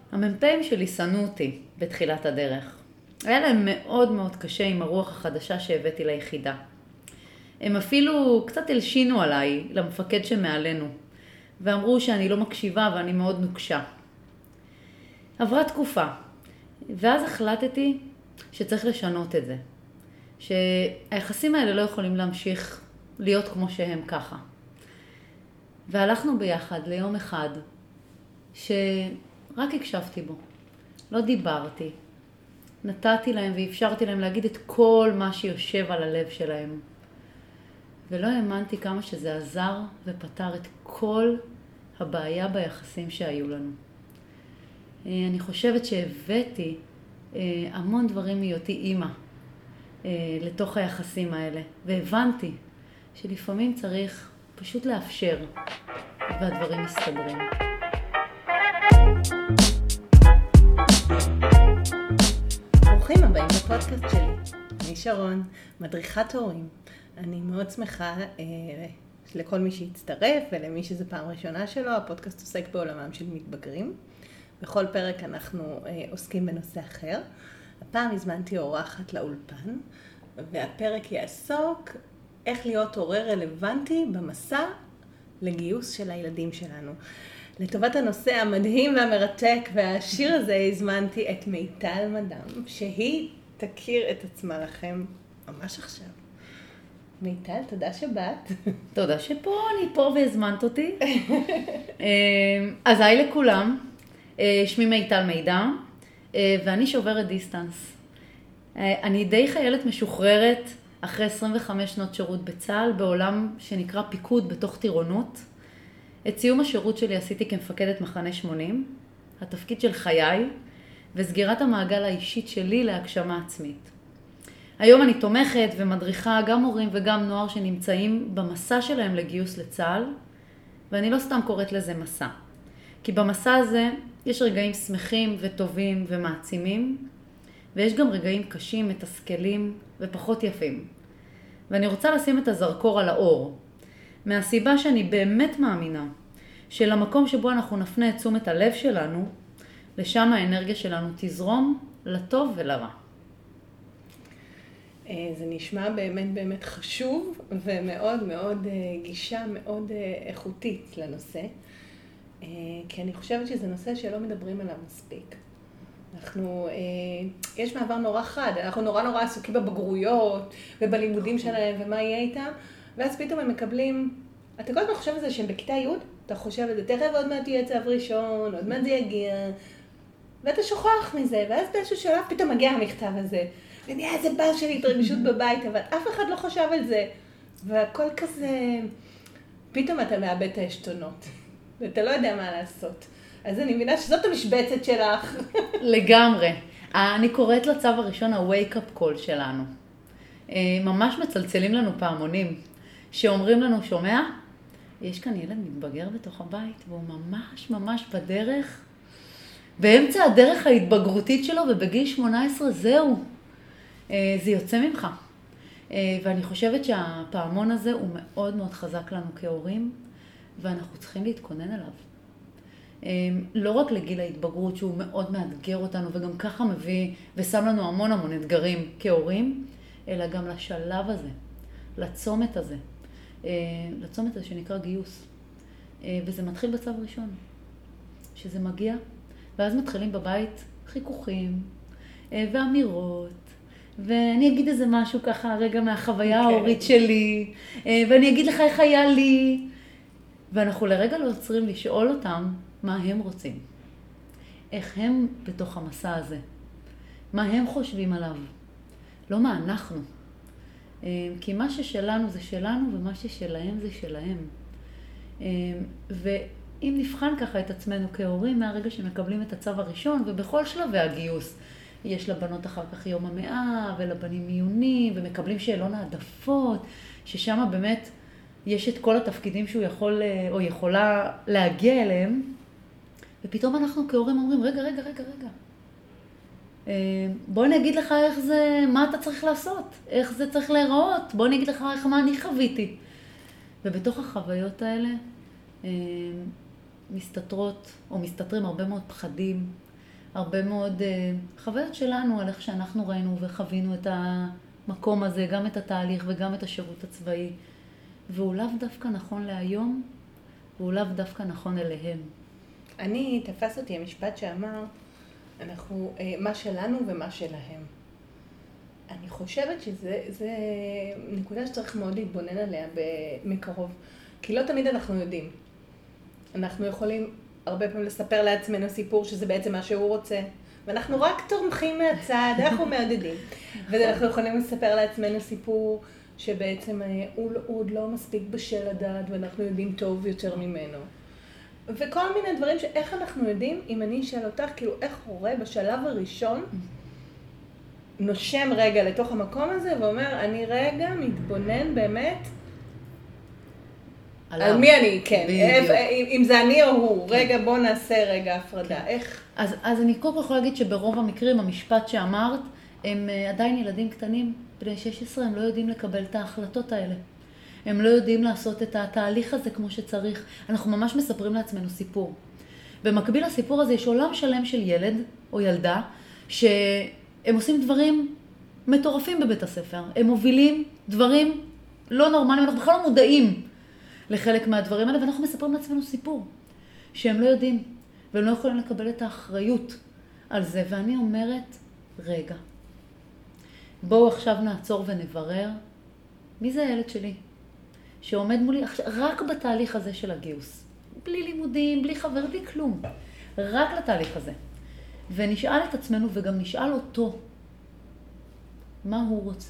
המ"פים שלי שנאו אותי בתחילת הדרך. היה להם מאוד מאוד קשה עם הרוח החדשה שהבאתי ליחידה. הם אפילו קצת הלשינו עליי למפקד שמעלינו, ואמרו שאני לא מקשיבה ואני מאוד נוקשה. עברה תקופה, ואז החלטתי שצריך לשנות את זה. שהיחסים האלה לא יכולים להמשיך להיות כמו שהם ככה. והלכנו ביחד ליום אחד, שרק הקשבתי בו. לא דיברתי. נתתי להם ואפשרתי להם להגיד את כל מה שיושב על הלב שלהם. ולא האמנתי כמה שזה עזר ופתר את כל הבעיה ביחסים שהיו לנו. אני חושבת שהבאתי המון דברים מהיותי אימא לתוך היחסים האלה. והבנתי שלפעמים צריך פשוט לאפשר והדברים מסתדרים. ברוכים הבאים בפודקאסט שלי. אני שרון, מדריכת הורים. אני מאוד שמחה לכל מי שהצטרף ולמי שזו פעם ראשונה שלו. הפודקאסט עוסק בעולמם של מתבגרים. בכל פרק אנחנו עוסקים בנושא אחר. הפעם הזמנתי אורחת לאולפן, והפרק יעסוק איך להיות הורה רלוונטי במסע לגיוס של הילדים שלנו. לטובת הנושא המדהים והמרתק והעשיר הזה הזמנתי את מיטל מדם, שהיא תכיר את עצמה לכם ממש עכשיו. מיטל, תודה שבאת. תודה שפה, אני פה והזמנת אותי. אז היי לכולם, שמי מיטל מידם, ואני שוברת דיסטנס. אני די חיילת משוחררת אחרי 25 שנות שירות בצה"ל, בעולם שנקרא פיקוד בתוך טירונות. את סיום השירות שלי עשיתי כמפקדת מחנה 80, התפקיד של חיי, וסגירת המעגל האישית שלי להגשמה עצמית. היום אני תומכת ומדריכה גם הורים וגם נוער שנמצאים במסע שלהם לגיוס לצה"ל, ואני לא סתם קוראת לזה מסע. כי במסע הזה יש רגעים שמחים וטובים ומעצימים, ויש גם רגעים קשים, מתסכלים ופחות יפים. ואני רוצה לשים את הזרקור על האור, מהסיבה שאני באמת מאמינה שלמקום שבו אנחנו נפנה את תשומת הלב שלנו, לשם האנרגיה שלנו תזרום לטוב ולרע. זה נשמע באמת חשוב ומאוד מאוד גישה מאוד איכותית לנושא, כי אני חושבת שזה נושא שלא מדברים עליו מספיק. יש מעבר נורא חד, אנחנו נורא עסוקים בבגרויות ובלימודים שלהם ומה יהיה איתם, ואז פתאום הם מקבלים, אתה כל הזמן חושב על זה שהם בכיתה י', אתה חושב על זה, תכף עוד מעט יהיה צו ראשון, עוד מעט זה יגיע, ואתה שוכח מזה, ואז באיזשהו שלב פתאום מגיע המכתב הזה, ונהיה איזה בר של התרגשות בבית, אבל אף אחד לא חשב על זה, והכל כזה, פתאום אתה מאבד את העשתונות, ואתה לא יודע מה לעשות. אז אני מבינה שזאת המשבצת שלך. לגמרי. אני קוראת לצו הראשון ה-wake-up call שלנו. ממש מצלצלים לנו פעמונים, שאומרים לנו, שומע? יש כאן ילד מתבגר בתוך הבית, והוא ממש בדרך, באמצע הדרך ההתבגרותית שלו, ובגיל 18 זהו. זה יוצא ממך. ואני חושבת שהפעמון הזה הוא מאוד מאוד חזק לנו כהורים, ואנחנו צריכים להתכונן אליו. לא רק לגיל ההתבגרות שהוא מאוד מאתגר אותנו וגם ככה מביא ושם לנו המון אתגרים כהורים, אלא גם לשלב הזה, לצומת הזה שנקרא גיוס. וזה מתחיל בצו ראשון, שזה מגיע, ואז מתחילים בבית חיכוכים ואמירות, ואני אגיד איזה משהו ככה רגע מהחוויה ההורית שלי, ואני אגיד לך איך היה לי, ואנחנו לרגע לא עוצרים לשאול אותם מה הם רוצים, איך הם בתוך המסע הזה, מה הם חושבים עליו, לא מה אנחנו. כי מה ששלנו זה שלנו ומה ששלהם זה שלהם. ואם נבחן ככה את עצמנו כהורים מהרגע שמקבלים את הצו הראשון ובכל שלבי הגיוס, יש לבנות אחר כך יום המאה ולבנים מיונים ומקבלים שאלון העדפות, ששם באמת יש את כל התפקידים שהוא יכול או יכולה להגיע אליהם, ופתאום אנחנו כהורים אומרים, רגע. בוא אני אגיד לך איך זה, מה אתה צריך לעשות, איך זה צריך להיראות, בוא אני אגיד לך מה אני חוויתי. ובתוך החוויות האלה מסתתרים הרבה מאוד פחדים, הרבה מאוד חוויות שלנו על איך שאנחנו ראינו וחווינו את המקום הזה, גם את התהליך וגם את השירות הצבאי. והוא לאו דווקא נכון להיום, והוא לאו דווקא נכון אליהם. אני, תפס אותי המשפט שאמר, אנחנו, מה שלנו ומה שלהם. אני חושבת שזה נקודה שצריך מאוד להתבונן עליה מקרוב. כי לא תמיד אנחנו יודעים. אנחנו יכולים הרבה פעמים לספר לעצמנו סיפור שזה בעצם מה שהוא רוצה. ואנחנו רק תומכים מהצד, אנחנו מעודדים. ואנחנו יכולים לספר לעצמנו סיפור שבעצם הוא עוד לא מספיק בשל הדעת ואנחנו יודעים טוב יותר ממנו. וכל מיני דברים שאיך אנחנו יודעים, אם אני אשאל אותך, כאילו איך הורה בשלב הראשון נושם רגע לתוך המקום הזה ואומר, אני רגע מתבונן באמת על מי אני, כן, אם זה אני או הוא, רגע בוא נעשה רגע הפרדה, איך? אז אני קודם כל יכולה להגיד שברוב המקרים המשפט שאמרת, הם עדיין ילדים קטנים, בני 16, הם לא יודעים לקבל את ההחלטות האלה. הם לא יודעים לעשות את התהליך הזה כמו שצריך. אנחנו ממש מספרים לעצמנו סיפור. במקביל לסיפור הזה יש עולם שלם של ילד או ילדה, שהם עושים דברים מטורפים בבית הספר. הם מובילים דברים לא נורמליים, אנחנו בכלל לא מודעים לחלק מהדברים האלה, ואנחנו מספרים לעצמנו סיפור שהם לא יודעים, והם לא יכולים לקבל את האחריות על זה. ואני אומרת, רגע, בואו עכשיו נעצור ונברר, מי זה הילד שלי? שעומד מולי רק בתהליך הזה של הגיוס. בלי לימודים, בלי חבר, בלי כלום. רק לתהליך הזה. ונשאל את עצמנו וגם נשאל אותו, מה הוא רוצה?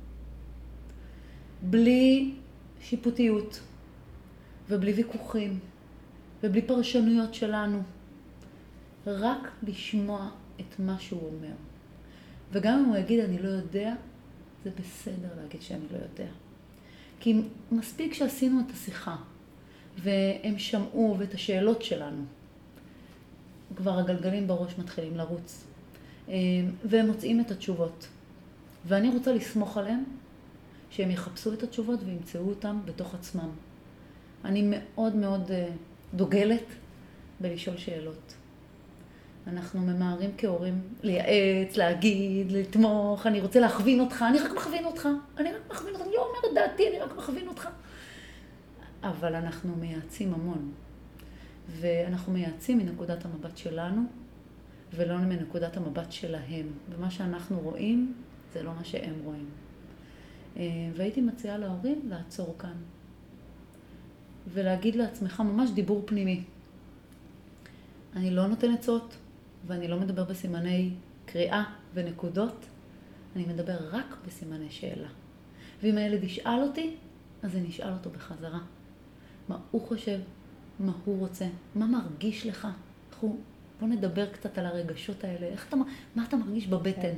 בלי שיפוטיות, ובלי ויכוחים, ובלי פרשנויות שלנו. רק לשמוע את מה שהוא אומר. וגם אם הוא יגיד, אני לא יודע, זה בסדר להגיד שאני לא יודע. כי מספיק שעשינו את השיחה, והם שמעו ואת השאלות שלנו, כבר הגלגלים בראש מתחילים לרוץ, והם מוצאים את התשובות. ואני רוצה לסמוך עליהם, שהם יחפשו את התשובות וימצאו אותם בתוך עצמם. אני מאוד מאוד דוגלת בלשאול שאלות. אנחנו ממהרים כהורים לייעץ, להגיד, לתמוך, אני רוצה להכווין אותך, אני רק מכווין אותך, אני לא אומרת דעתי, אני רק מכווין אותך. אבל אנחנו מייעצים המון, ואנחנו מייעצים מנקודת המבט שלנו, ולא מנקודת המבט שלהם. ומה שאנחנו רואים, זה לא מה שהם רואים. והייתי מציעה להורים לעצור כאן, ולהגיד לעצמך ממש דיבור פנימי. אני לא נותן עצות, ואני לא מדבר בסימני קריאה ונקודות, אני מדבר רק בסימני שאלה. ואם הילד ישאל אותי, אז אני אשאל אותו בחזרה. מה הוא חושב, מה הוא רוצה, מה מרגיש לך. בוא נדבר קצת על הרגשות האלה, מה אתה מרגיש בבטן.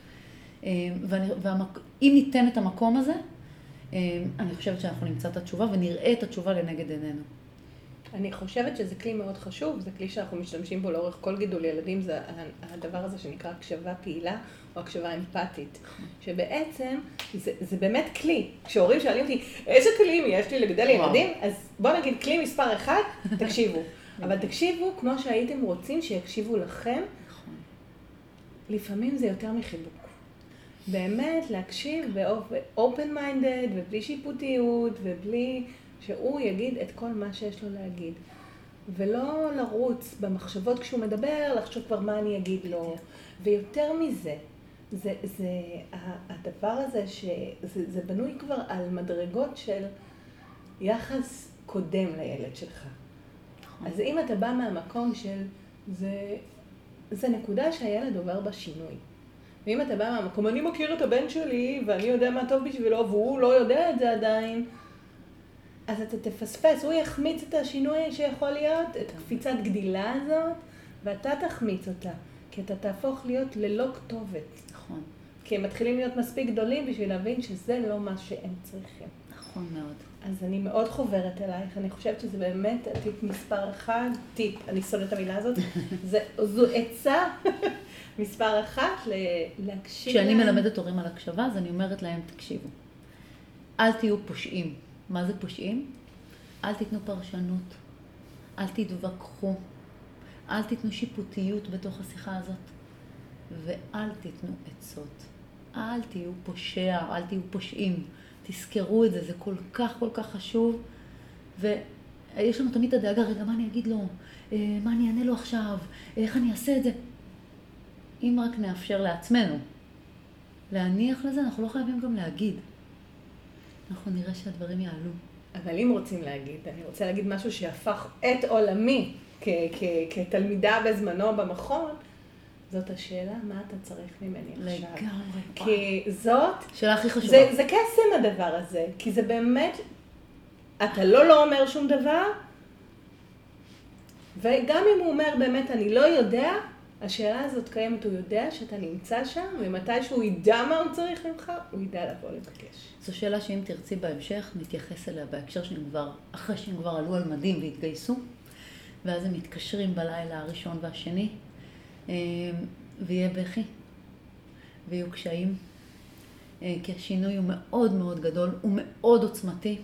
אם ניתן את המקום הזה, אני חושבת שאנחנו נמצא את התשובה ונראה את התשובה לנגד עינינו. אני חושבת שזה כלי מאוד חשוב, זה כלי שאנחנו משתמשים בו לאורך כל גידול ילדים, זה הדבר הזה שנקרא הקשבה פעילה או הקשבה אמפתית, שבעצם זה באמת כלי. כשהורים שואלים אותי, איזה כלים יש לי לגדל ילדים? אז בוא נגיד כלי מספר 1, תקשיבו. אבל תקשיבו כמו שהייתם רוצים שיקשיבו לכם. לפעמים זה יותר מחיבוק. באמת להקשיב ב-open minded ובלי שיפוטיות ובלי שהוא יגיד את כל מה שיש לו להגיד. ולא לרוץ במחשבות כשהוא מדבר, לחשוב כבר מה אני אגיד לו. ויותר מזה, זה הדבר הזה שזה בנוי כבר על מדרגות של יחס קודם לילד שלך. אז אם אתה בא מהמקום של זה נקודה שהילד עובר בשינוי. ואם אתה בא מהמקום, אני מכיר את הבן שלי ואני יודע מה טוב בשבילו והוא לא יודע את זה עדיין, אז אתה תפספס, הוא יחמיץ את השינוי שיכול להיות, את הקפיצת גדילה הזאת, ואתה תחמיץ אותה, כי אתה תהפוך להיות ללא כתובת. נכון. כי הם מתחילים להיות מספיק גדולים בשביל להבין שזה לא מה שהם צריכים. נכון מאוד. אז אני מאוד חוברת אלייך, אני חושבת שזה באמת טיפ מספר 1, אני שונאת את המילה הזאת, זו עצה מספר 1 להקשיב. כשאני מלמדת הורים על הקשבה, אז אני אומרת להם, תקשיבו, אל תהיו פושעים. מה זה פושעים? אל תיתנו פרשנות, אל תתווכחו, אל תיתנו שיפוטיות בתוך השיחה הזאת, ואל תיתנו עצות. אל תהיו פושע, אל תהיו פושעים. תזכרו את זה, זה כל כך כל כך חשוב. ויש לנו תמיד את הדאגה, רגע, מה אני אגיד לו? מה אני אענה לו עכשיו? איך אני אעשה את זה? אם רק נאפשר לעצמנו להניח לזה, אנחנו לא חייבים גם להגיד. אנחנו נראה שהדברים יעלו. אבל אם רוצים להגיד, אני רוצה להגיד משהו שהפך את עולמי כתלמידה בזמנו במכון, זאת השאלה, מה אתה צריך ממני עכשיו? לגמרי. כי זאת... שאלה הכי חשובה. זה קסם הדבר הזה, כי זה באמת, אתה לא אומר שום דבר, וגם אם הוא אומר באמת, אני לא יודע, השאלה הזאת קיימת, הוא יודע שאתה נמצא שם, ומתי שהוא ידע מה הוא צריך ממך, הוא ידע לבוא לבקש. זו שאלה שאם תרצי בהמשך, נתייחס אליה בהקשר אחרי שהם כבר עלו על מדים והתגייסו, ואז הם מתקשרים בלילה הראשון והשני, ויהיה בכי, ויהיו קשיים, כי השינוי הוא מאוד מאוד גדול, הוא מאוד עוצמתי,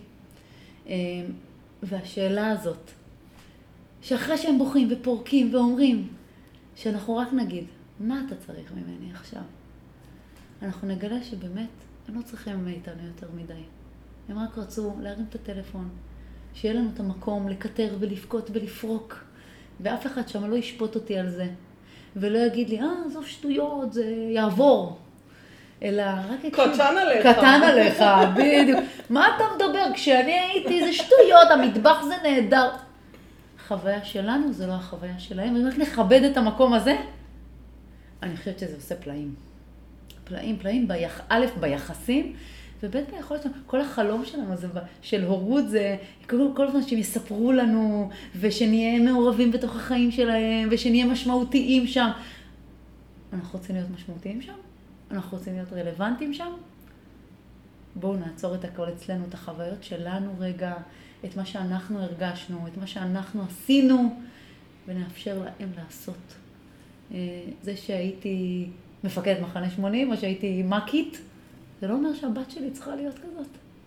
והשאלה הזאת, שאחרי שהם בוכים ופורקים ואומרים, שאנחנו רק נגיד, מה אתה צריך ממני עכשיו? אנחנו נגלה שבאמת הם לא צריכים מאיתנו יותר מדי. הם רק רצו להרים את הטלפון, שיהיה לנו את המקום לקטר ולפקות ולפרוק, ואף אחד שם לא ישפוט אותי על זה, ולא יגיד לי, זו שטויות, זה יעבור. אלא רק קטן עליך. קטן עליך, בדיוק. מה אתה מדבר? כשאני הייתי, זה שטויות, המטבח זה נהדר. החוויה שלנו זה לא החוויה שלהם, אם רק נכבד את המקום הזה, אני חושבת שזה עושה פלאים. פלאים, א', ביחסים, וב' ביכולת שלנו, כל החלום שלנו הזה, של הורות זה, כל הזמן שהם יספרו לנו, ושנהיה מעורבים בתוך החיים שלהם, ושנהיה משמעותיים שם. אנחנו רוצים להיות משמעותיים שם? אנחנו רוצים להיות רלוונטיים שם? בואו נעצור את הכל אצלנו, את החוויות שלנו רגע, את מה שאנחנו הרגשנו, את מה שאנחנו עשינו, ונאפשר להם לעשות. זה שהייתי מפקד מחנה 80, או שהייתי מקית, זה לא אומר שהבת שלי צריכה להיות כזאת.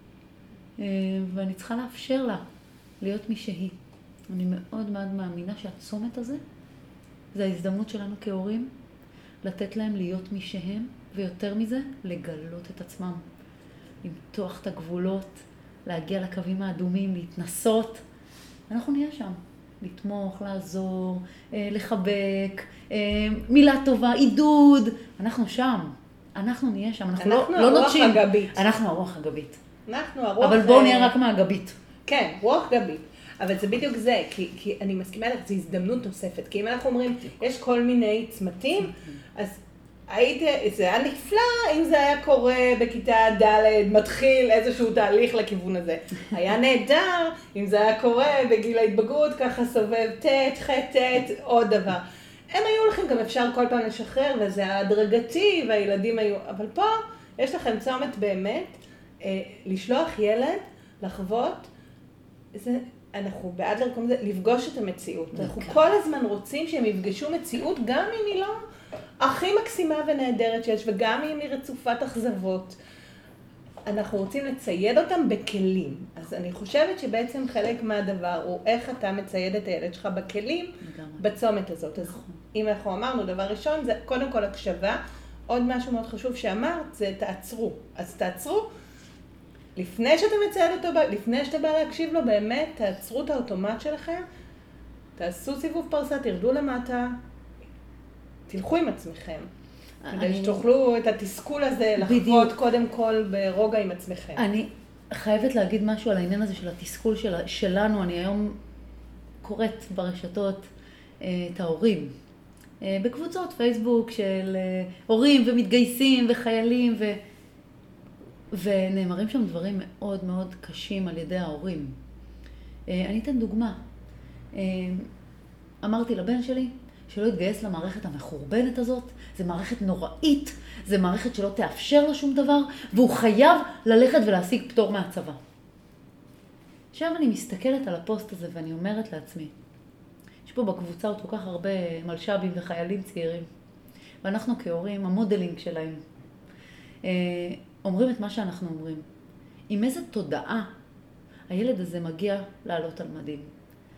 ואני צריכה לאפשר לה להיות מי שהיא. אני מאוד מאוד מאמינה שהצומת הזה, זה ההזדמנות שלנו כהורים, לתת להם להיות מי שהם, ויותר מזה, לגלות את עצמם. למתוח את הגבולות, להגיע לקווים האדומים, להתנסות. אנחנו נהיה שם. לתמוך, לעזור, לחבק, מילה טובה, עידוד. אנחנו שם. אנחנו נהיה שם. אנחנו לא נוטשים. הרוח הגבית. אנחנו הרוח הגבית. אנחנו הרוח... אבל בואו נהיה רק מהגבית. כן, רוח גבית. אבל זה בדיוק זה, כי אני מסכימה לך, זו הזדמנות נוספת. כי אם אנחנו אומרים, יש כל מיני צמתים, אז זה היה נפלא אם זה היה קורה בכיתה ד' מתחיל איזשהו תהליך לכיוון הזה. היה נהדר אם זה היה קורה בגיל ההתבגרות, ככה סובב ח' עוד דבר. הם היו לכם גם אפשר כל פעם לשחרר, וזה היה הדרגתי, והילדים היו... אבל פה יש לכם צומת באמת, לשלוח ילד, לחוות, אנחנו בעד לרקום זה, לפגוש את המציאות. אנחנו כל הזמן רוצים שהם יפגשו מציאות, גם אם היא לא הכי מקסימה ונהדרת שיש, וגם אם היא רצופת אכזבות. אנחנו רוצים לצייד אותם בכלים. אז אני חושבת שבעצם חלק מהדבר הוא איך אתה מצייד את הילד שלך בכלים בצומת הזאת. אז אם אנחנו אמרנו, דבר ראשון, זה קודם כל הקשבה. עוד משהו מאוד חשוב שאמרת, זה תעצרו. אז תעצרו. לפני שאתה מצייד אותו, לפני שאתה בא להקשיב לו, באמת תעצרו את האוטומט שלכם, תעשו סיבוב פרסה, תרדו למטה, תלכו עם עצמכם. כדי שתוכלו את התסכול הזה לחוות קודם כל ברוגע עם עצמכם. אני חייבת להגיד משהו על העניין הזה של התסכול שלנו. אני היום קוראת ברשתות את ההורים, בקבוצות פייסבוק של הורים ומתגייסים וחיילים, ונאמרים שם דברים מאוד מאוד קשים על ידי ההורים. אני אתן דוגמה. אמרתי לבן שלי שלא יתגייס למערכת המחורבנת הזאת, זה מערכת נוראית, זה מערכת שלא תאפשר לו שום דבר, והוא חייב ללכת ולהשיג פטור מהצבא. עכשיו אני מסתכלת על הפוסט הזה ואני אומרת לעצמי, יש פה בקבוצה עוד כל כך הרבה מלשבים וחיילים צעירים, ואנחנו כהורים, המודלינג שלהם, אומרים את מה שאנחנו אומרים. עם איזה תודעה הילד הזה מגיע לעלות על מדים.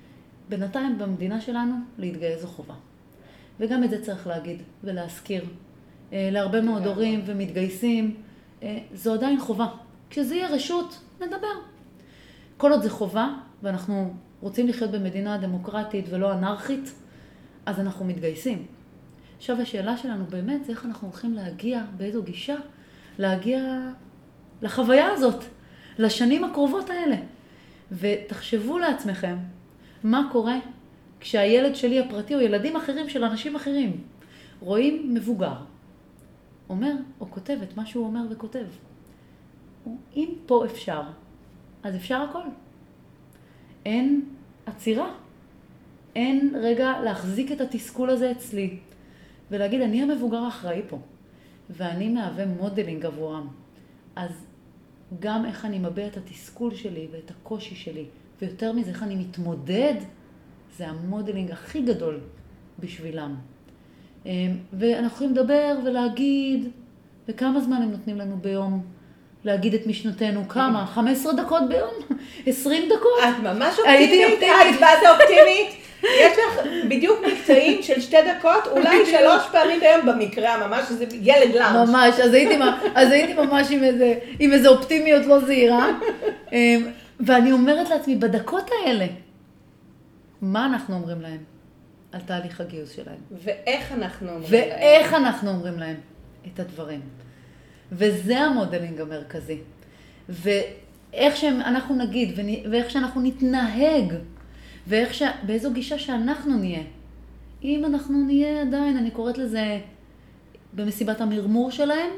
בינתיים במדינה שלנו להתגייס זו חובה. וגם את זה צריך להגיד ולהזכיר. להרבה מאוד הורים ומתגייסים, זו עדיין חובה. כשזה יהיה רשות, נדבר. כל עוד זה חובה, ואנחנו רוצים לחיות במדינה דמוקרטית ולא אנרכית, אז אנחנו מתגייסים. עכשיו השאלה שלנו באמת זה איך אנחנו הולכים להגיע, באיזו גישה, להגיע לחוויה הזאת, לשנים הקרובות האלה. ותחשבו לעצמכם, מה קורה כשהילד שלי הפרטי או ילדים אחרים של אנשים אחרים רואים מבוגר, אומר או כותב את מה שהוא אומר וכותב. אם פה אפשר, אז אפשר הכל. אין עצירה. אין רגע להחזיק את התסכול הזה אצלי ולהגיד, אני המבוגר האחראי פה, ואני מהווה מודלינג עבורם. אז גם איך אני מביא את התסכול שלי ואת הקושי שלי, ויותר מזה איך אני מתמודד, זה המודלינג הכי גדול בשבילם. ואנחנו יכולים לדבר ולהגיד, וכמה זמן הם נותנים לנו ביום להגיד את משנתנו, כמה? 15 דקות ביום? 20 דקות? את ממש אופטימית, את בזה אופטימית. יש לך בדיוק מקטעים של 2 דקות, אולי 3 פעמים ביום במקרה, ממש זה ילד לאנץ'. ממש, אז הייתי ממש עם איזה אופטימיות לא זהירה. ואני אומרת לעצמי, בדקות האלה, מה אנחנו אומרים להם על תהליך הגיוס שלהם? ואיך אנחנו אומרים להם? ואיך אנחנו אומרים להם את הדברים. וזה המודלינג המרכזי. ואיך שאנחנו נגיד, ואיך שאנחנו נתנהג, באיזו גישה שאנחנו נהיה. אם אנחנו נהיה עדיין, אני קוראת לזה במסיבת המרמור שלהם,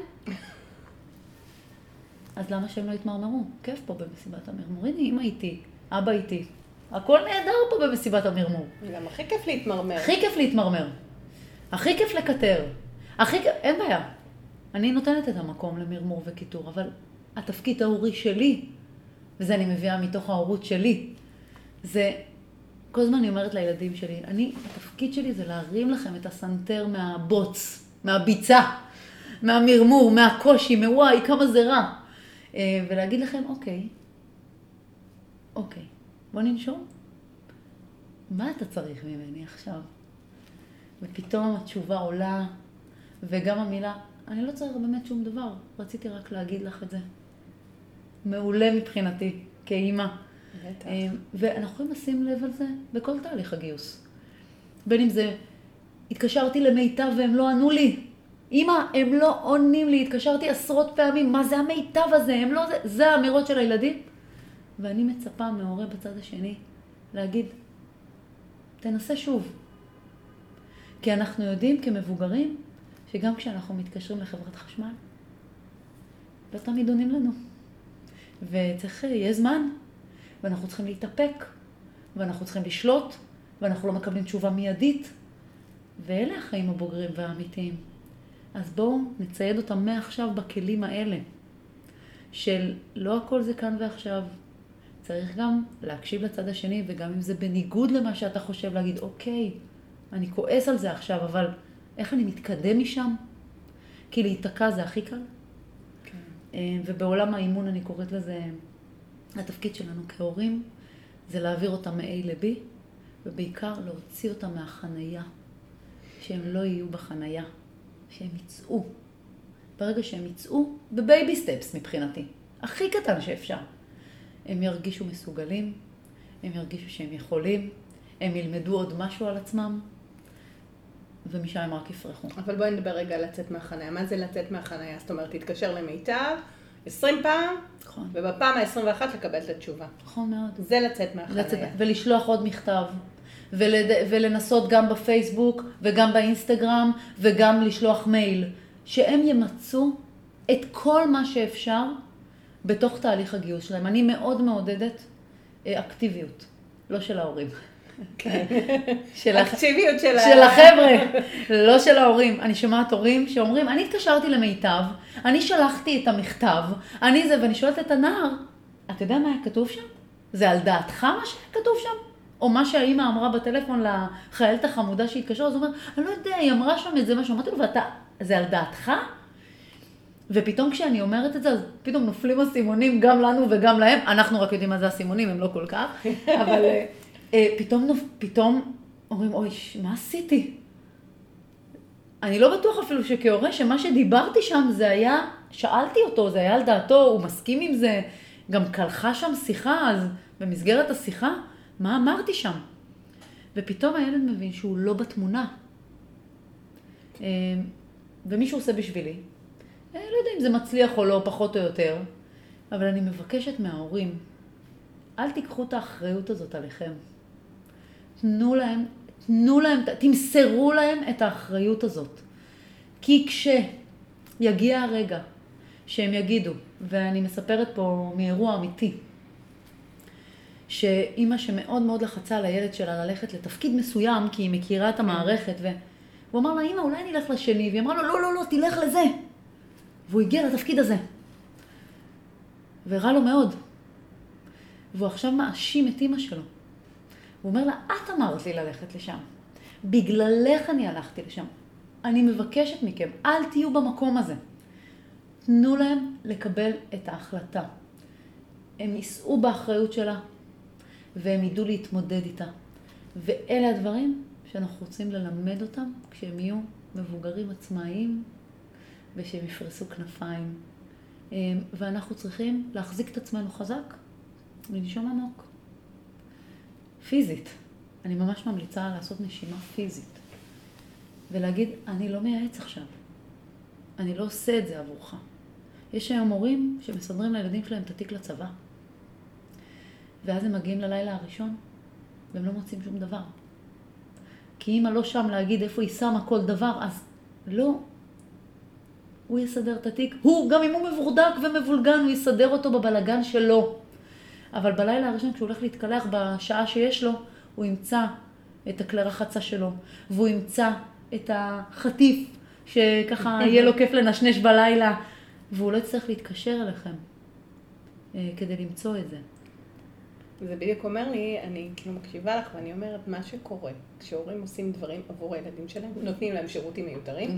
אז למה שהם לא יתמרמרו? כיף פה במסיבת המרמור. הנה, אמא איתי, אבא איתי. הכל נהדר פה במסיבת המרמור. גם הכי כיף להתמרמר. הכי כיף להתמרמר. הכי כיף לקטר. אין בעיה. אני נותנת את המקום למרמור וקיטור, אבל התפקיד ההורי שלי, וזה אני מביאה מתוך ההורות שלי, זה, כל הזמן אני אומרת לילדים שלי, התפקיד שלי זה להרים לכם את הסנטר מהבוץ, מהביצה, מהמרמור, מהקושי, מוואי, כמה זה רע. ולהגיד לכם, אוקיי, בוא ננשום. מה אתה צריך ממני עכשיו? ופתאום התשובה עולה, וגם המילה, אני לא צריך באמת שום דבר, רציתי רק להגיד לך את זה. מעולה מבחינתי, כאימא. ואנחנו יכולים לשים לב על זה בכל תהליך הגיוס. בין אם זה, התקשרתי למיטב והם לא ענו לי. אמא, הם לא עונים לי, התקשרתי עשרות פעמים, מה זה המיטב הזה? הם לא, זה האמירות של הילדים. ואני מצפה מההורה בצד השני להגיד, תנסה שוב. כי אנחנו יודעים כמבוגרים, שגם כשאנחנו מתקשרים לחברת חשמל, לא תמיד עונים לנו. וצריך, יהיה זמן, ואנחנו צריכים להתאפק, ואנחנו צריכים לשלוט, ואנחנו לא מקבלים תשובה מיידית. ואלה החיים הבוגרים והאמיתיים. אז בואו נצייד אותם מעכשיו בכלים האלה, של לא הכל זה כאן ועכשיו. צריך גם להקשיב לצד השני, וגם אם זה בניגוד למה שאתה חושב, להגיד, אוקיי, אני כועס על זה עכשיו, אבל איך אני מתקדם משם? כי להתקע זה הכי קל. ובעולם האימון אני קוראת לזה, התפקיד שלנו כהורים, זה להעביר אותם מ-A ל-B, ובעיקר להוציא אותם מהחנייה, שהם לא יהיו בחנייה, שהם יצאו. ברגע שהם יצאו, בבייבי סטפס מבחינתי, הכי קטן שאפשר. הם ירגישו מסוגלים, הם ירגישו שהם יכולים, הם ילמדו עוד משהו על עצמם, ומשם הם רק יפרחו. אבל בואי נדבר רגע על לצאת מהחניה. מה זה לצאת מהחניה? זאת אומרת, תתקשר למיטב 20 פעם, נכון. ובפעם ה-21 לקבל את התשובה. נכון מאוד. זה לצאת מהחניה. ולשלוח עוד מכתב, ולנסות גם בפייסבוק, וגם באינסטגרם, וגם לשלוח מייל, שהם ימצאו את כל מה שאפשר בתוך תהליך הגיוס שלהם. אני מאוד מעודדת אקטיביות, לא של ההורים. אקטיביות של החבר'ה, לא של ההורים. אני שומעת הורים שאומרים, אני התקשרתי למיטב, אני שלחתי את המכתב, ואני שואלת את הנער, אתה יודע מה היה כתוב שם? זה על דעתך מה שהיה כתוב שם? או מה שהאימא אמרה בטלפון לחיילת החמודה שהתקשר, אז הוא אומר, אני לא יודע, היא אמרה שם את זה משהו, אמרתי לו, זה על דעתך? ופתאום כשאני אומרת את זה, אז פתאום נופלים הסימונים גם לנו וגם להם. אנחנו רק יודעים מה זה הסימונים, הם לא כל כך. פתאום אומרים, אוי, מה עשיתי? אני לא בטוח אפילו שכהורה שמה שדיברתי שם זה היה, שאלתי אותו, זה היה על דעתו, הוא מסכים עם זה, גם קלחה שם שיחה, אז במסגרת השיחה, מה אמרתי שם? ופתאום הילד מבין שהוא לא בתמונה. ומישהו עושה בשבילי. לא יודע אם זה מצליח או לא, פחות או יותר, אבל אני מבקשת מההורים, אל תיקחו את האחריות הזאת עליכם. תנו להם, תמסרו להם את האחריות הזאת. כי כשיגיע הרגע שהם יגידו, ואני מספרת פה מאירוע אמיתי, שאמא שמאוד מאוד לחצה על הילד שלה ללכת לתפקיד מסוים, כי היא מכירה את המערכת, והוא אמר לה, אמא, אולי נלך לשני, והיא אמרה לו, לא, לא, לא, תלך לזה. והוא הגיע לתפקיד הזה. ורע לו מאוד. והוא עכשיו מאשים את אמא שלו. הוא אומר לה, את אמרת לי ללכת לשם. בגללך אני הלכתי לשם. אני מבקשת מכם, אל תהיו במקום הזה. תנו להם לקבל את ההחלטה. הם יישאו באחריות שלה, והם ידעו להתמודד איתה. ואלה הדברים שאנחנו רוצים ללמד אותם כשהם יהיו מבוגרים עצמאיים, ושהם יפרסו כנפיים. ואנחנו צריכים להחזיק את עצמנו חזק, ולנשום עמוק. פיזית. אני ממש ממליצה לעשות נשימה פיזית. ולהגיד, אני לא מייעץ עכשיו. אני לא עושה את זה עבורך. יש היום הורים שמסדרים לילדים שלהם את התיק לצבא. ואז הם מגיעים ללילה הראשון, והם לא מוצאים שום דבר. כי אמא לא שם להגיד איפה היא שמה כל דבר, אז לא. הוא יסדר את התיק. גם אם הוא מבורדק ומבולגן, הוא יסדר אותו בבלגן שלו. אבל בלילה הראשון, כשהוא הולך להתקלח בשעה שיש לו, הוא ימצא את הכלי רחצה שלו, והוא ימצא את החטיף, שככה יהיה לו כיף לנשנש בלילה, והוא לא יצטרך להתקשר אליכם כדי למצוא את זה. זה בדיוק אומר לי, אני כאילו מקשיבה לך ואני אומרת מה שקורה, כשהורים עושים דברים עבור הילדים שלהם, נותנים להם שירותים מיותרים,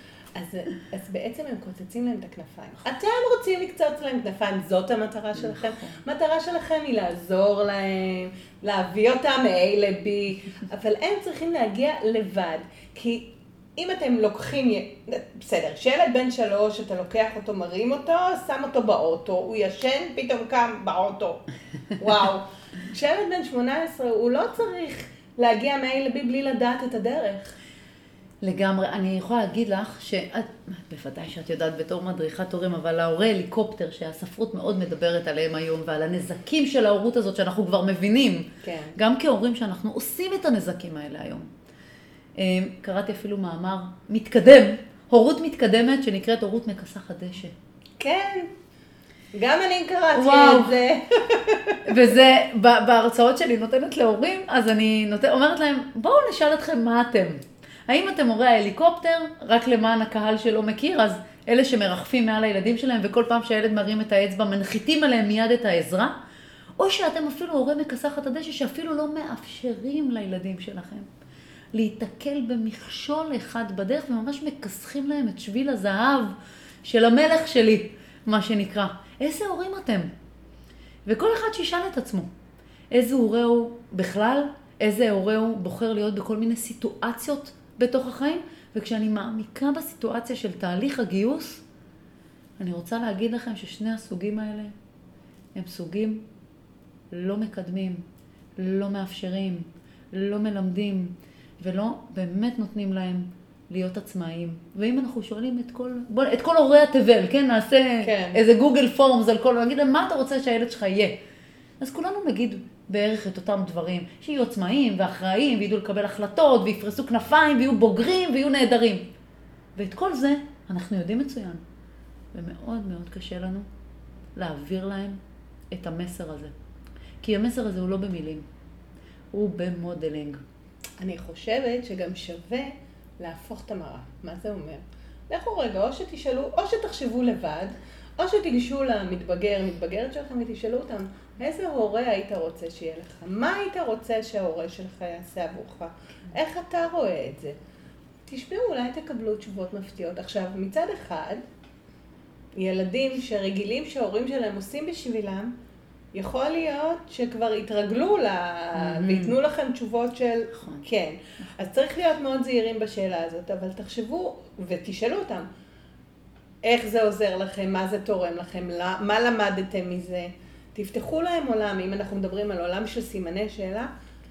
אז בעצם הם קוצצים להם את הכנפיים. אתם רוצים לקצוץ להם כנפיים, זאת המטרה שלכם. המטרה שלכם היא לעזור להם, להביא אותם מ-A ל-B, אבל הם צריכים להגיע לבד. כי אם אתם לוקחים, בסדר, שילד בן 3, אתה לוקח אותו, מרים אותו, שם אותו באוטו, הוא ישן, פתאום קם באוטו. וואו. כשילד בן 18, הוא לא צריך להגיע מ-A ל-B בלי לדעת את הדרך. לגמרי, אני יכולה להגיד לך בוודאי שאת יודעת בתור מדריכת הורים, אבל ההורי הליקופטר שהספרות מאוד מדברת עליהם היום, ועל הנזקים של ההורות הזאת שאנחנו כבר מבינים, כן. גם כהורים שאנחנו עושים את הנזקים האלה היום. קראתי אפילו מאמר מתקדם, הורות מתקדמת שנקראת הורות מכסחת דשא. כן, גם אני קראתי את זה. וזה בהרצאות שלי נותנת להורים, אז אני אומרת להם, בואו נשאל אתכם מה אתם. האם אתם הורי ההליקופטר, רק למען הקהל שלא מכיר, אז אלה שמרחפים מעל הילדים שלהם, וכל פעם שהילד מרים את האצבע, מנחיתים עליהם מיד את העזרה, או שאתם אפילו הורי מכסחת הדשא, שאפילו לא מאפשרים לילדים שלכם להתקל במכשול אחד בדרך, וממש מכסחים להם את שביל הזהב של המלך שלי, מה שנקרא. איזה הורים אתם? וכל אחד שישאל את עצמו, איזה הורה הוא בכלל, איזה הורה הוא בוחר להיות בכל מיני סיטואציות בתוך החיים, וכשאני מעמיקה בסיטואציה של תהליך הגיוס, אני רוצה להגיד לכם ששני הסוגים האלה הם סוגים לא מקדמים, לא מאפשרים, לא מלמדים, ולא באמת נותנים להם להיות עצמאיים. ואם אנחנו שואלים את כל הורי התבל, כן, נעשה איזה גוגל פורמס על כל, נגיד להם, מה אתה רוצה שהילד שלך יהיה? אז כולנו נגיד בערך את אותם דברים, שיהיו עצמאיים ואחראיים, וידעו לקבל החלטות, ויפרסו כנפיים, ויהיו בוגרים, ויהיו נהדרים. ואת כל זה אנחנו יודעים מצוין. ומאוד מאוד קשה לנו להעביר להם את המסר הזה. כי המסר הזה הוא לא במילים, הוא במודלינג. אני חושבת שגם שווה להפוך את המראה. מה זה אומר? לכו רגע, או שתשאלו, או שתחשבו לבד, או שתיגשו מתבגרת שלכם ותשאלו אותם, איזה הורה היית רוצה שיהיה לך? מה היית רוצה שההורה שלך יעשה עבורך? איך אתה רואה את זה? תשמעו, אולי תקבלו תשובות מפתיעות. עכשיו, מצד אחד, ילדים שרגילים שההורים שלהם עושים בשבילם, יכול להיות שכבר התרגלו ויתנו לכם תשובות של כן. אז צריך להיות מאוד זהירים בשאלה הזאת, אבל תחשבו ותשאלו אותם, איך זה עוזר לכם, מה זה תורם לכם, מה למדתם מזה. תפתחו להם עולם, אם אנחנו מדברים על עולם של סימני שאלה,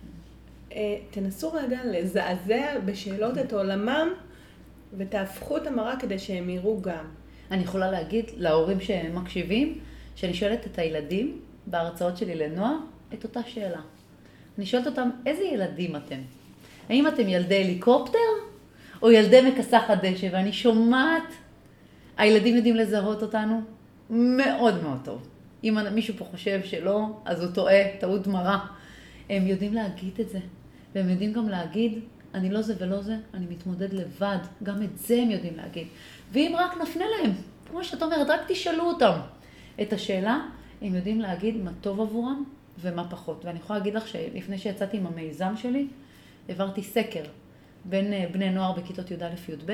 תנסו רגע לזעזע בשאלות את עולמם, ותהפכו את המראה כדי שהם יראו גם. אני יכולה להגיד להורים שמקשיבים, שאני שואלת את הילדים בהרצאות שלי לנוער, את אותה שאלה. אני שואלת אותם, איזה ילדים אתם? האם אתם ילדי הליקופטר, או ילדי מכסחת דשא? ואני שומעת, הילדים יודעים לזהות אותנו מאוד מאוד טוב. אם מישהו פה חושב שלא, אז הוא טועה, טעות מרה. הם יודעים להגיד את זה, והם יודעים גם להגיד, אני לא זה ולא זה, אני מתמודד לבד. גם את זה הם יודעים להגיד. ואם רק נפנה להם, כמו שאת אומרת, רק תשאלו אותם את השאלה, הם יודעים להגיד מה טוב עבורם ומה פחות. ואני יכולה להגיד לך שלפני שיצאתי עם המיזם שלי, העברתי סקר בין בני נוער בכיתות י"א-י"ב,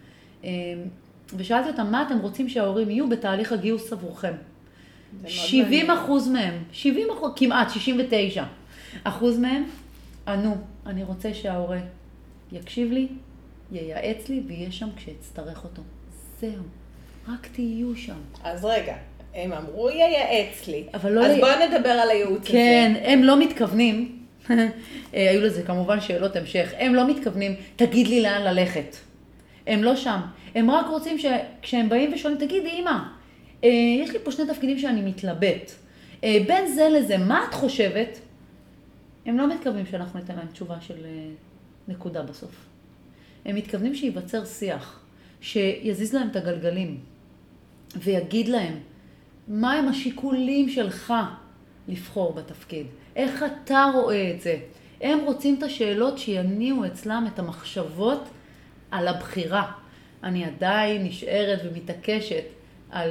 ושאלתי אותם, מה אתם רוצים שההורים יהיו בתהליך הגיוס עבורכם? 70% מהם, 70%, כמעט 69% מהם, ענו, אני רוצה שההורה יקשיב לי, ייעץ לי ויהיה שם כשאצטרך אותו. זהו, רק תהיו שם. אז רגע, הם אמרו ייעץ לי, אז לא בואו נדבר על הייעוץ הזה. כן, הם לא מתכוונים, היו לזה כמובן שאלות המשך, הם לא מתכוונים, תגיד לי לאן ללכת. הם לא שם, הם רק רוצים שכשהם באים ושואלים, תגידי אמא, יש לי פה שני תפקידים שאני מתלבט. בין זה לזה, מה את חושבת? הם לא מתכוונים שאנחנו ניתן להם תשובה של נקודה בסוף. הם מתכוונים שיווצר שיח, שיזיז להם את הגלגלים, ויגיד להם, מה הם השיקולים שלך לבחור בתפקיד? איך אתה רואה את זה? הם רוצים את השאלות שיניעו אצלם את המחשבות על הבחירה. אני עדיין נשארת ומתעקשת על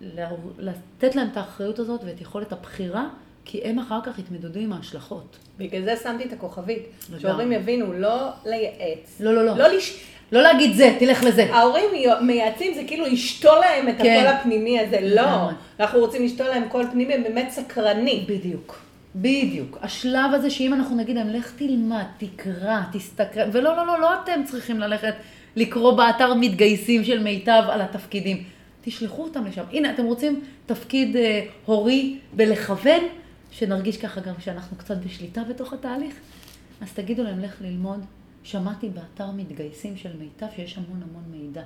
לתת להם את האחריות הזאת ואת יכולת הבחירה, כי הם אחר כך התמודדו עם ההשלכות. בגלל זה שמתי את הכוכבית. שההורים יבינו, לא לייעץ. לא. לא להגיד זה, תלך לזה. ההורים מייעצים, זה כאילו לשתול להם את הקול הפנימי הזה. לא. אנחנו רוצים לשתול להם קול פנימי, באמת סקרני. בדיוק. השלב הזה שאם אנחנו נגיד להם, לך תלמד, תקרא, תסתקרא, לא אתם צריכים ללכת לקרוא באתר מתגייסים של מיטב על התפקידים. תשלחו אותם לשם. הנה, אתם רוצים תפקיד הורי ולכוון, שנרגיש ככה גם שאנחנו קצת בשליטה בתוך התהליך. אז תגידו להם, לך ללמוד. שמעתי באתר מתגייסים של מיטב שיש המון מידע.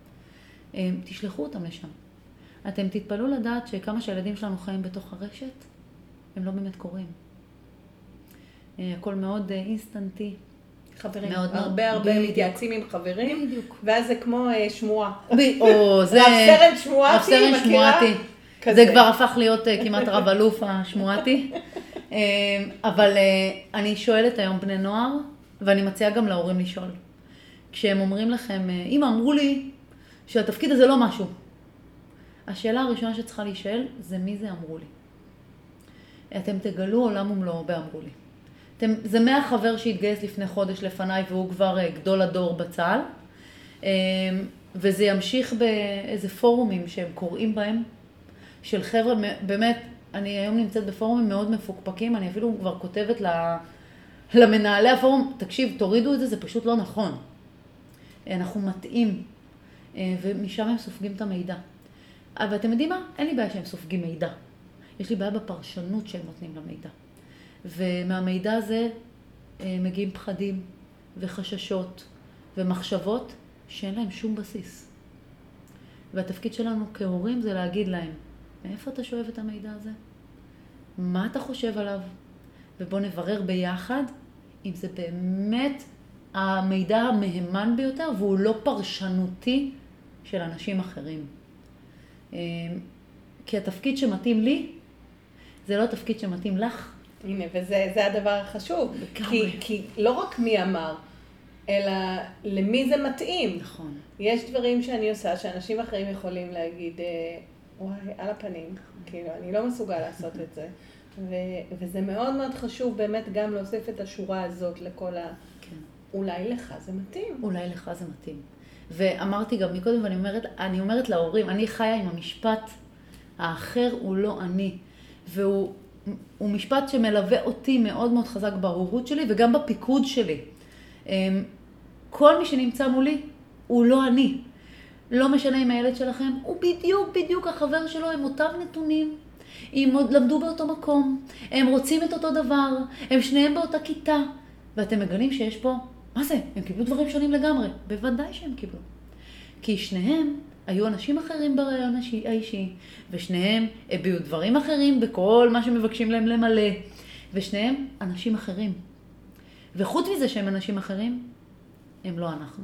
תשלחו אותם לשם. אתם תתפלאו לדעת שכמה שהילדים שלנו חיים בתוך הרשת, הם לא באמת קוראים. הכל מאוד אינסטנטי. חברים, הרבה מתייעצים עם חברים, בדיוק. ואז זה כמו שמועה. זה רב סרן שמועתי, זה כבר הפך להיות כמעט רב אלוף השמועתי. אבל אני שואלת היום בני נוער, ואני מציעה גם להורים לשאול. כשהם אומרים לכם, אמא אמרו לי שהתפקיד הזה לא משהו. השאלה הראשונה שצריכה להישאל זה מי זה אמרו לי. אתם תגלו עולם ומלואו באמרו לי. זה מהחבר שהתגייס לפני חודש לפניי והוא כבר גדול הדור בצה"ל. וזה ימשיך באיזה פורומים שהם קוראים בהם, של חבר'ה, באמת, אני היום נמצאת בפורומים מאוד מפוקפקים, אני אפילו כבר כותבת למנהלי הפורום, תקשיב, תורידו את זה, זה פשוט לא נכון. אנחנו מתאים, ומשם הם סופגים את המידע. אבל אתם יודעים מה? אין לי בעיה שהם סופגים מידע. יש לי בעיה בפרשנות שהם נותנים למידע. ומהמידע הזה מגיעים פחדים וחששות ומחשבות שאין להם שום בסיס. והתפקיד שלנו כהורים זה להגיד להם, מאיפה אתה שואב את המידע הזה? מה אתה חושב עליו? ובוא נברר ביחד אם זה באמת המידע המהימן ביותר והוא לא פרשנותי של אנשים אחרים. כי התפקיד שמתאים לי זה לא התפקיד שמתאים לך. הנה, וזה הדבר החשוב. כי לא רק מי אמר, אלא למי זה מתאים. נכון. יש דברים שאני עושה שאנשים אחרים יכולים להגיד, וואי, על הפנים. כאילו, אני לא מסוגל לעשות את זה. וזה מאוד מאוד חשוב באמת גם להוסיף את השורה הזאת לכל כן. אולי לך זה מתאים. אולי לך זה מתאים. ואמרתי גם מקודם, ואני אומרת להורים, אני חיה עם המשפט, האחר הוא לא אני. והוא הוא משפט שמלווה אותי מאוד מאוד חזק בהורות שלי וגם בפיקוד שלי. כל מי שנמצא מולי הוא לא אני. לא משנה אם הילד שלכם, הוא בדיוק החבר שלו, הם אותם נתונים. הם למדו באותו מקום, הם רוצים את אותו דבר, הם שניהם באותה כיתה. ואתם מגלים שיש פה, מה זה? הם קיבלו דברים שונים לגמרי. בוודאי שהם קיבלו. כי שניהם היו אנשים אחרים ברעיון האישי, ושניהם הביאו דברים אחרים בכל מה שמבקשים להם למלא, ושניהם אנשים אחרים. וחוץ מזה שהם אנשים אחרים, הם לא אנחנו.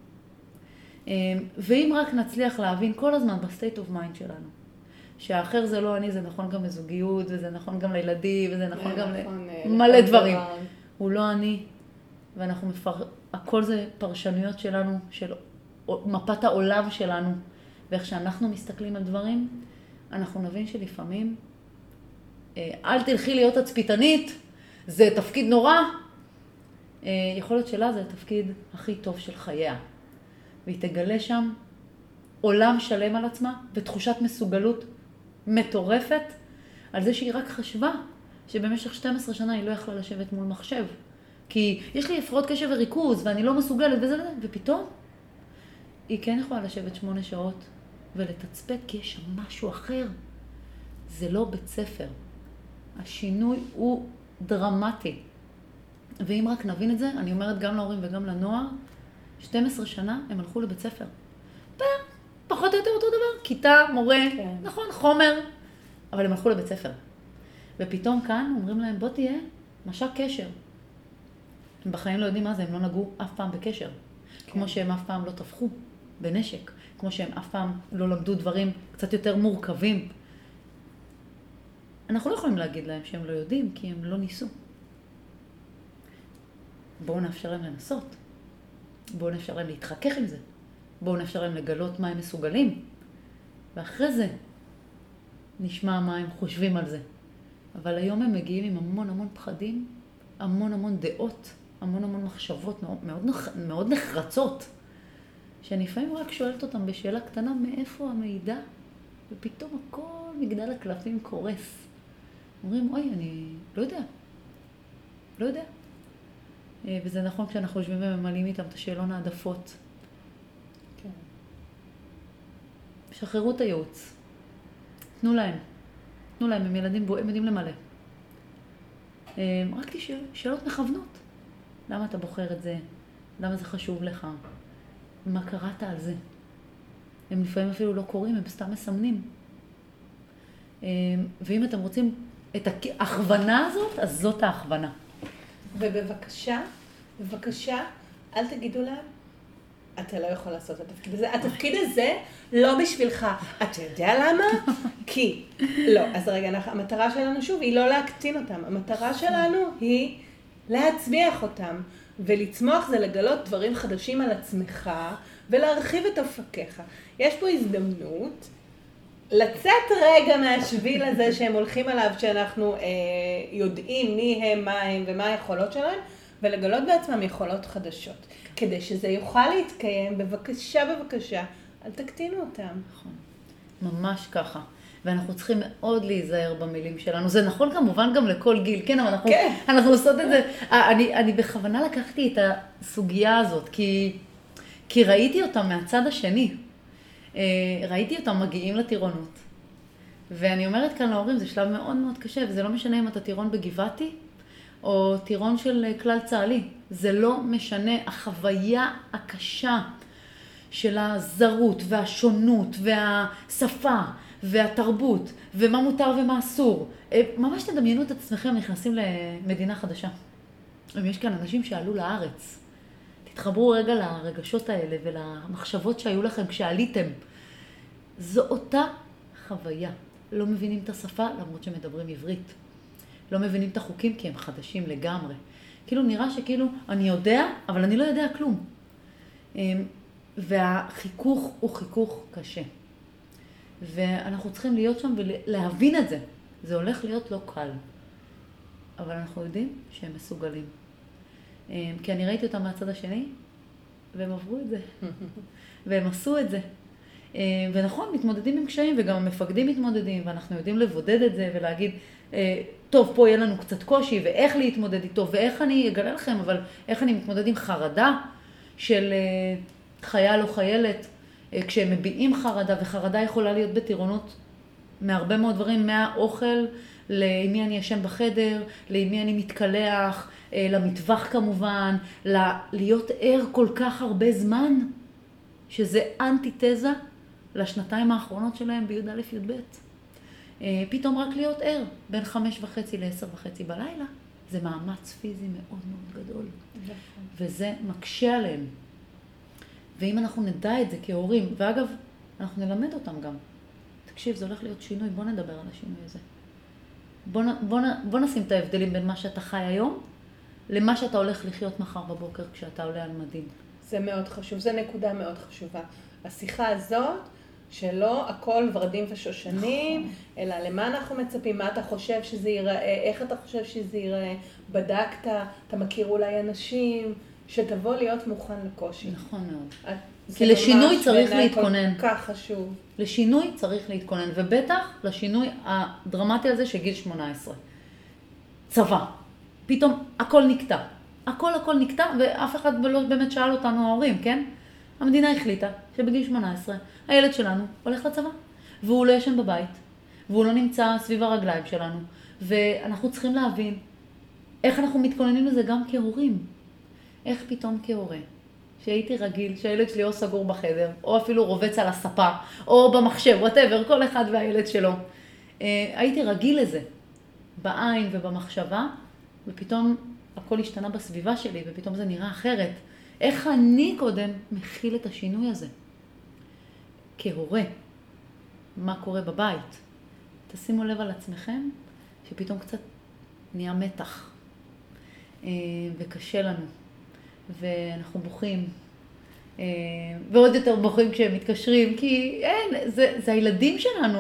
ואם רק נצליח להבין כל הזמן בסטייט אוף מיינד שלנו, שהאחר זה לא אני, זה נכון גם לזוגיות, וזה נכון גם לילדים, וזה נכון גם למלא דברים. הוא לא אני, ואנחנו הכל זה פרשנויות שלנו, של מפת העולם שלנו, ואיך שאנחנו מסתכלים על דברים, אנחנו נבין שלפעמים, אל תלכי להיות תצפיתנית, זה תפקיד נורא. יכול להיות שלה זה התפקיד הכי טוב של חייה. והיא תגלה שם עולם שלם על עצמה, ותחושת מסוגלות מטורפת, על זה שהיא רק חשבה שבמשך 12 שנה היא לא יכלה לשבת מול מחשב. כי יש לי הפרעות קשב וריכוז, ואני לא מסוגלת וזה, ופתאום היא כן יכולה לשבת 8 שעות ולתצפת, כי יש שם משהו אחר. זה לא בית ספר. השינוי הוא דרמטי. ואם רק נבין את זה, אני אומרת גם להורים וגם לנוער, 12 שנה הם הלכו לבית ספר. פחות או יותר אותו דבר, כיתה, מורה, כן. נכון, חומר, אבל הם הלכו לבית ספר. ופתאום כאן אומרים להם, בוא תהיה משק קשר. הם בחיים לא יודעים מה זה, הם לא נגעו אף פעם בקשר. כן. כמו שהם אף פעם לא תפחו בנשק, כמו שהם אף פעם לא למדו דברים קצת יותר מורכבים. אנחנו לא יכולים להגיד להם שהם לא יודעים, כי הם לא ניסו. בואו נאפשר להם לנסות. בואו נאפשר להם להתחכך עם זה. בואו נאפשר להם לגלות מה הם מסוגלים. ואחרי זה נשמע מה הם חושבים על זה. אבל היום הם מגיעים עם המון פחדים, המון דעות, המון מחשבות מאוד נחרצות, שאני לפעמים רק שואלת אותם בשאלה קטנה, מאיפה המידע? ופתאום הכל מגדל הקלפים קורס. אומרים, אוי, אני לא יודע. וזה נכון כשאנחנו יושבים וממלאים איתם את השאלון העדפות. כן. שחררו את הייעוץ. תנו להם, הם ילדים, הם יודעים למלא. רק תשאל, שאלות מכוונות. למה אתה בוחר את זה? למה זה חשוב לך? מה קראת על זה? הם לפעמים אפילו לא קוראים, הם סתם מסמנים. ואם אתם רוצים את ההכוונה הזאת, אז זאת ההכוונה. ובבקשה, אל תגידו להם, אתה לא יכול לעשות את התפקיד הזה. התפקיד הזה לא בשבילך. אתה יודע למה? כי. לא, אז רגע, המטרה שלנו שוב היא לא להקטין אותם. המטרה שלנו היא להצמיח אותם. ולצמוח זה לגלות דברים חדשים על עצמך ולהרחיב את אופקיך. יש פה הזדמנות לצאת רגע מהשביל הזה שהם הולכים עליו, שאנחנו יודעים מי הם, מה הם ומה היכולות שלהם, ולגלות בעצמם יכולות חדשות. כדי שזה יוכל להתקיים, בבקשה, אל תקטינו אותם. נכון, ממש ככה. ואנחנו צריכים מאוד להיזהר במילים שלנו. זה נכון כמובן גם לכל גיל, כן, אבל אנחנו עושות את זה. אני בכוונה לקחתי את הסוגיה הזאת, כי ראיתי אותם מהצד השני. ראיתי אותם מגיעים לטירונות. ואני אומרת כאן להורים, זה שלב מאוד מאוד קשה, וזה לא משנה אם אתה טירון בגבעתי, או טירון של כלל צה"לי. זה לא משנה, החוויה הקשה של הזרות והשונות והשפה והתרבות ומה מותר ומה אסור. ממש תדמיינו את עצמכם נכנסים למדינה חדשה. יש כאן אנשים שעלו לארץ. תתחברו רגע לרגשות האלה ולמחשבות שהיו לכם כשעליתם. זו אותה חוויה. לא מבינים את השפה למרות שמדברים עברית. לא מבינים את החוקים כי הם חדשים לגמרי. כאילו נראה שכאילו אני יודע, אבל אני לא יודע כלום. והחיכוך הוא חיכוך קשה. ואנחנו צריכים להיות שם ולהבין את זה. זה הולך להיות לא קל. אבל אנחנו יודעים שהם מסוגלים. כי אני ראיתי אותם מהצד השני, והם עברו את זה. והם עשו את זה. ונכון, מתמודדים עם קשיים, וגם המפקדים מתמודדים, ואנחנו יודעים לבודד את זה ולהגיד, טוב, פה יהיה לנו קצת קושי, ואיך להתמודד איתו, ואיך אני אגלה לכם, אבל איך אני מתמודד עם חרדה של חייל או חיילת, כשהם מביעים חרדה, וחרדה יכולה להיות בטירונות מהרבה מאוד דברים, מהאוכל, למי אני ישן בחדר, למי אני מתקלח, למטווח כמובן, להיות ער כל כך הרבה זמן, שזה אנטיתזה לשנתיים האחרונות שלהם בי"א י"ב. פתאום רק להיות ער, בין 5:30 ל-10:30 בלילה, זה מאמץ פיזי מאוד מאוד גדול. וזה מקשה עליהם. ואם אנחנו נדע את זה כהורים, ואגב, אנחנו נלמד אותם גם. תקשיב, זה הולך להיות שינוי, בוא נדבר על השינוי הזה. בוא נשים את ההבדלים בין מה שאתה חי היום, למה שאתה הולך לחיות מחר בבוקר כשאתה עולה על מדים. זה מאוד חשוב, זו נקודה מאוד חשובה. השיחה הזאת, שלא הכל ורדים ושושנים, אלא למה אנחנו מצפים, מה אתה חושב שזה ייראה, איך אתה חושב שזה ייראה, בדקת, אתה מכיר אולי אנשים, שתבוא להיות מוכן לקושי. נכון מאוד. כי לשינוי צריך להתכונן. כל כך חשוב. לשינוי צריך להתכונן, ובטח לשינוי הדרמטי הזה שגיל 18. צבא. פתאום הכל נקטע. הכל נקטע, ואף אחד לא באמת שאל אותנו ההורים, כן? המדינה החליטה שבגיל 18 הילד שלנו הולך לצבא, והוא לא ישן בבית, והוא לא נמצא סביב הרגליים שלנו, ואנחנו צריכים להבין איך אנחנו מתכוננים לזה גם כהורים. איך פתאום כהורה, שהייתי רגיל שהילד שלי או סגור בחדר, או אפילו רובץ על הספה, או במחשב, whatever, כל אחד והילד שלו. הייתי רגיל לזה, בעין ובמחשבה, ופתאום הכל השתנה בסביבה שלי, ופתאום זה נראה אחרת. איך אני קודם מכיל את השינוי הזה? כהורה, מה קורה בבית? תשימו לב על עצמכם, שפתאום קצת נהיה מתח, וקשה לנו. ואנחנו בוכים, ועוד יותר בוכים כשהם מתקשרים, כי אין, זה הילדים שלנו,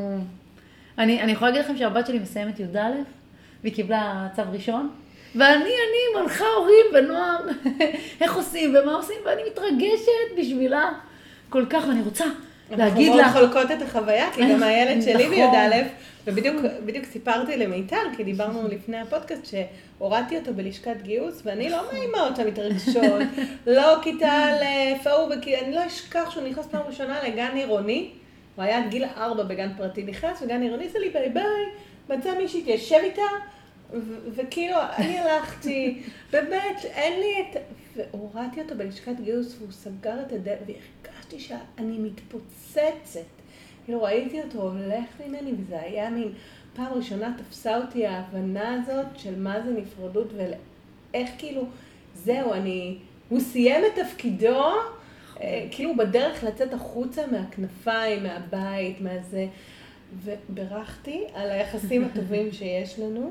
אני יכולה להגיד לכם שהבת שלי מסיימת י"א, והיא קיבלה צו ראשון, ואני מנחה הורים ונוער, איך עושים ומה עושים, ואני מתרגשת בשבילה כל כך, ואני רוצה להגיד לה. אנחנו מאוד חולקות את החוויה, כי גם הילד שלי בי"א, ובדיוק סיפרתי למיטל, כי דיברנו לפני הפודקאסט, שהורדתי אותו בלשכת גיוס, ואני לא מהאימהות המתרגשות, לא כיתה א', אני לא אשכח שהוא נכנס פעם ראשונה לגן עירוני, הוא היה עד גיל 4 בגן פרטי נכנס, וגן עירוני זה לי ביי ביי, מצא מישהי תיישב איתה, וכאילו אני הלכתי, באמת אין לי את... והורדתי אותו בלשכת גיוס, והוא סגר את הדלת, והרגשתי שאני מתפוצצת. כאילו ראיתי אותו הולך ממני, וזה היה מין פעם ראשונה תפסה אותי ההבנה הזאת של מה זה נפרדות, ואיך כאילו, זהו, הוא סיים את תפקידו, כאילו בדרך לצאת החוצה מהכנפיים, מהבית, מהזה, וברכתי על היחסים הטובים שיש לנו,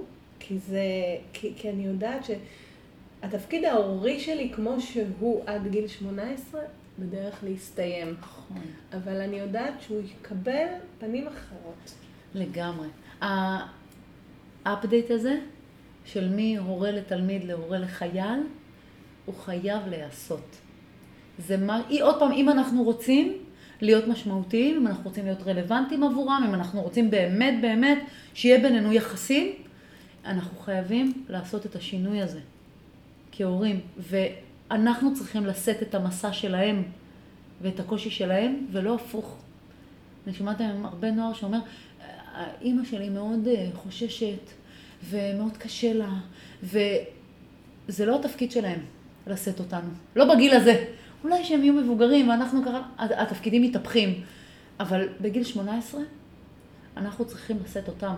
כי אני יודעת שהתפקיד ההורי שלי כמו שהוא עד גיל 18, בדרך להסתיים. נכון. אבל אני יודעת שהוא יקבל פנים אחרות. לגמרי. האפדייט הזה, של מי הורה לתלמיד להורה לחייל, הוא חייב להיעשות. עוד פעם, אם אנחנו רוצים להיות משמעותיים, אם אנחנו רוצים להיות רלוונטיים עבורם, אם אנחנו רוצים באמת שיהיה בינינו יחסים, אנחנו חייבים לעשות את השינוי הזה כהורים, ואנחנו צריכים לשאת את המסע שלהם ואת הקושי שלהם, ולא הפוך. אני שומעת עם הרבה נוער שאומר, האמא שלי מאוד חוששת ומאוד קשה לה, וזה לא התפקיד שלהם לשאת אותנו, לא בגיל הזה. אולי שהם יהיו מבוגרים ואנחנו ככה, התפקידים מתהפכים, אבל בגיל 18 אנחנו צריכים לשאת אותם.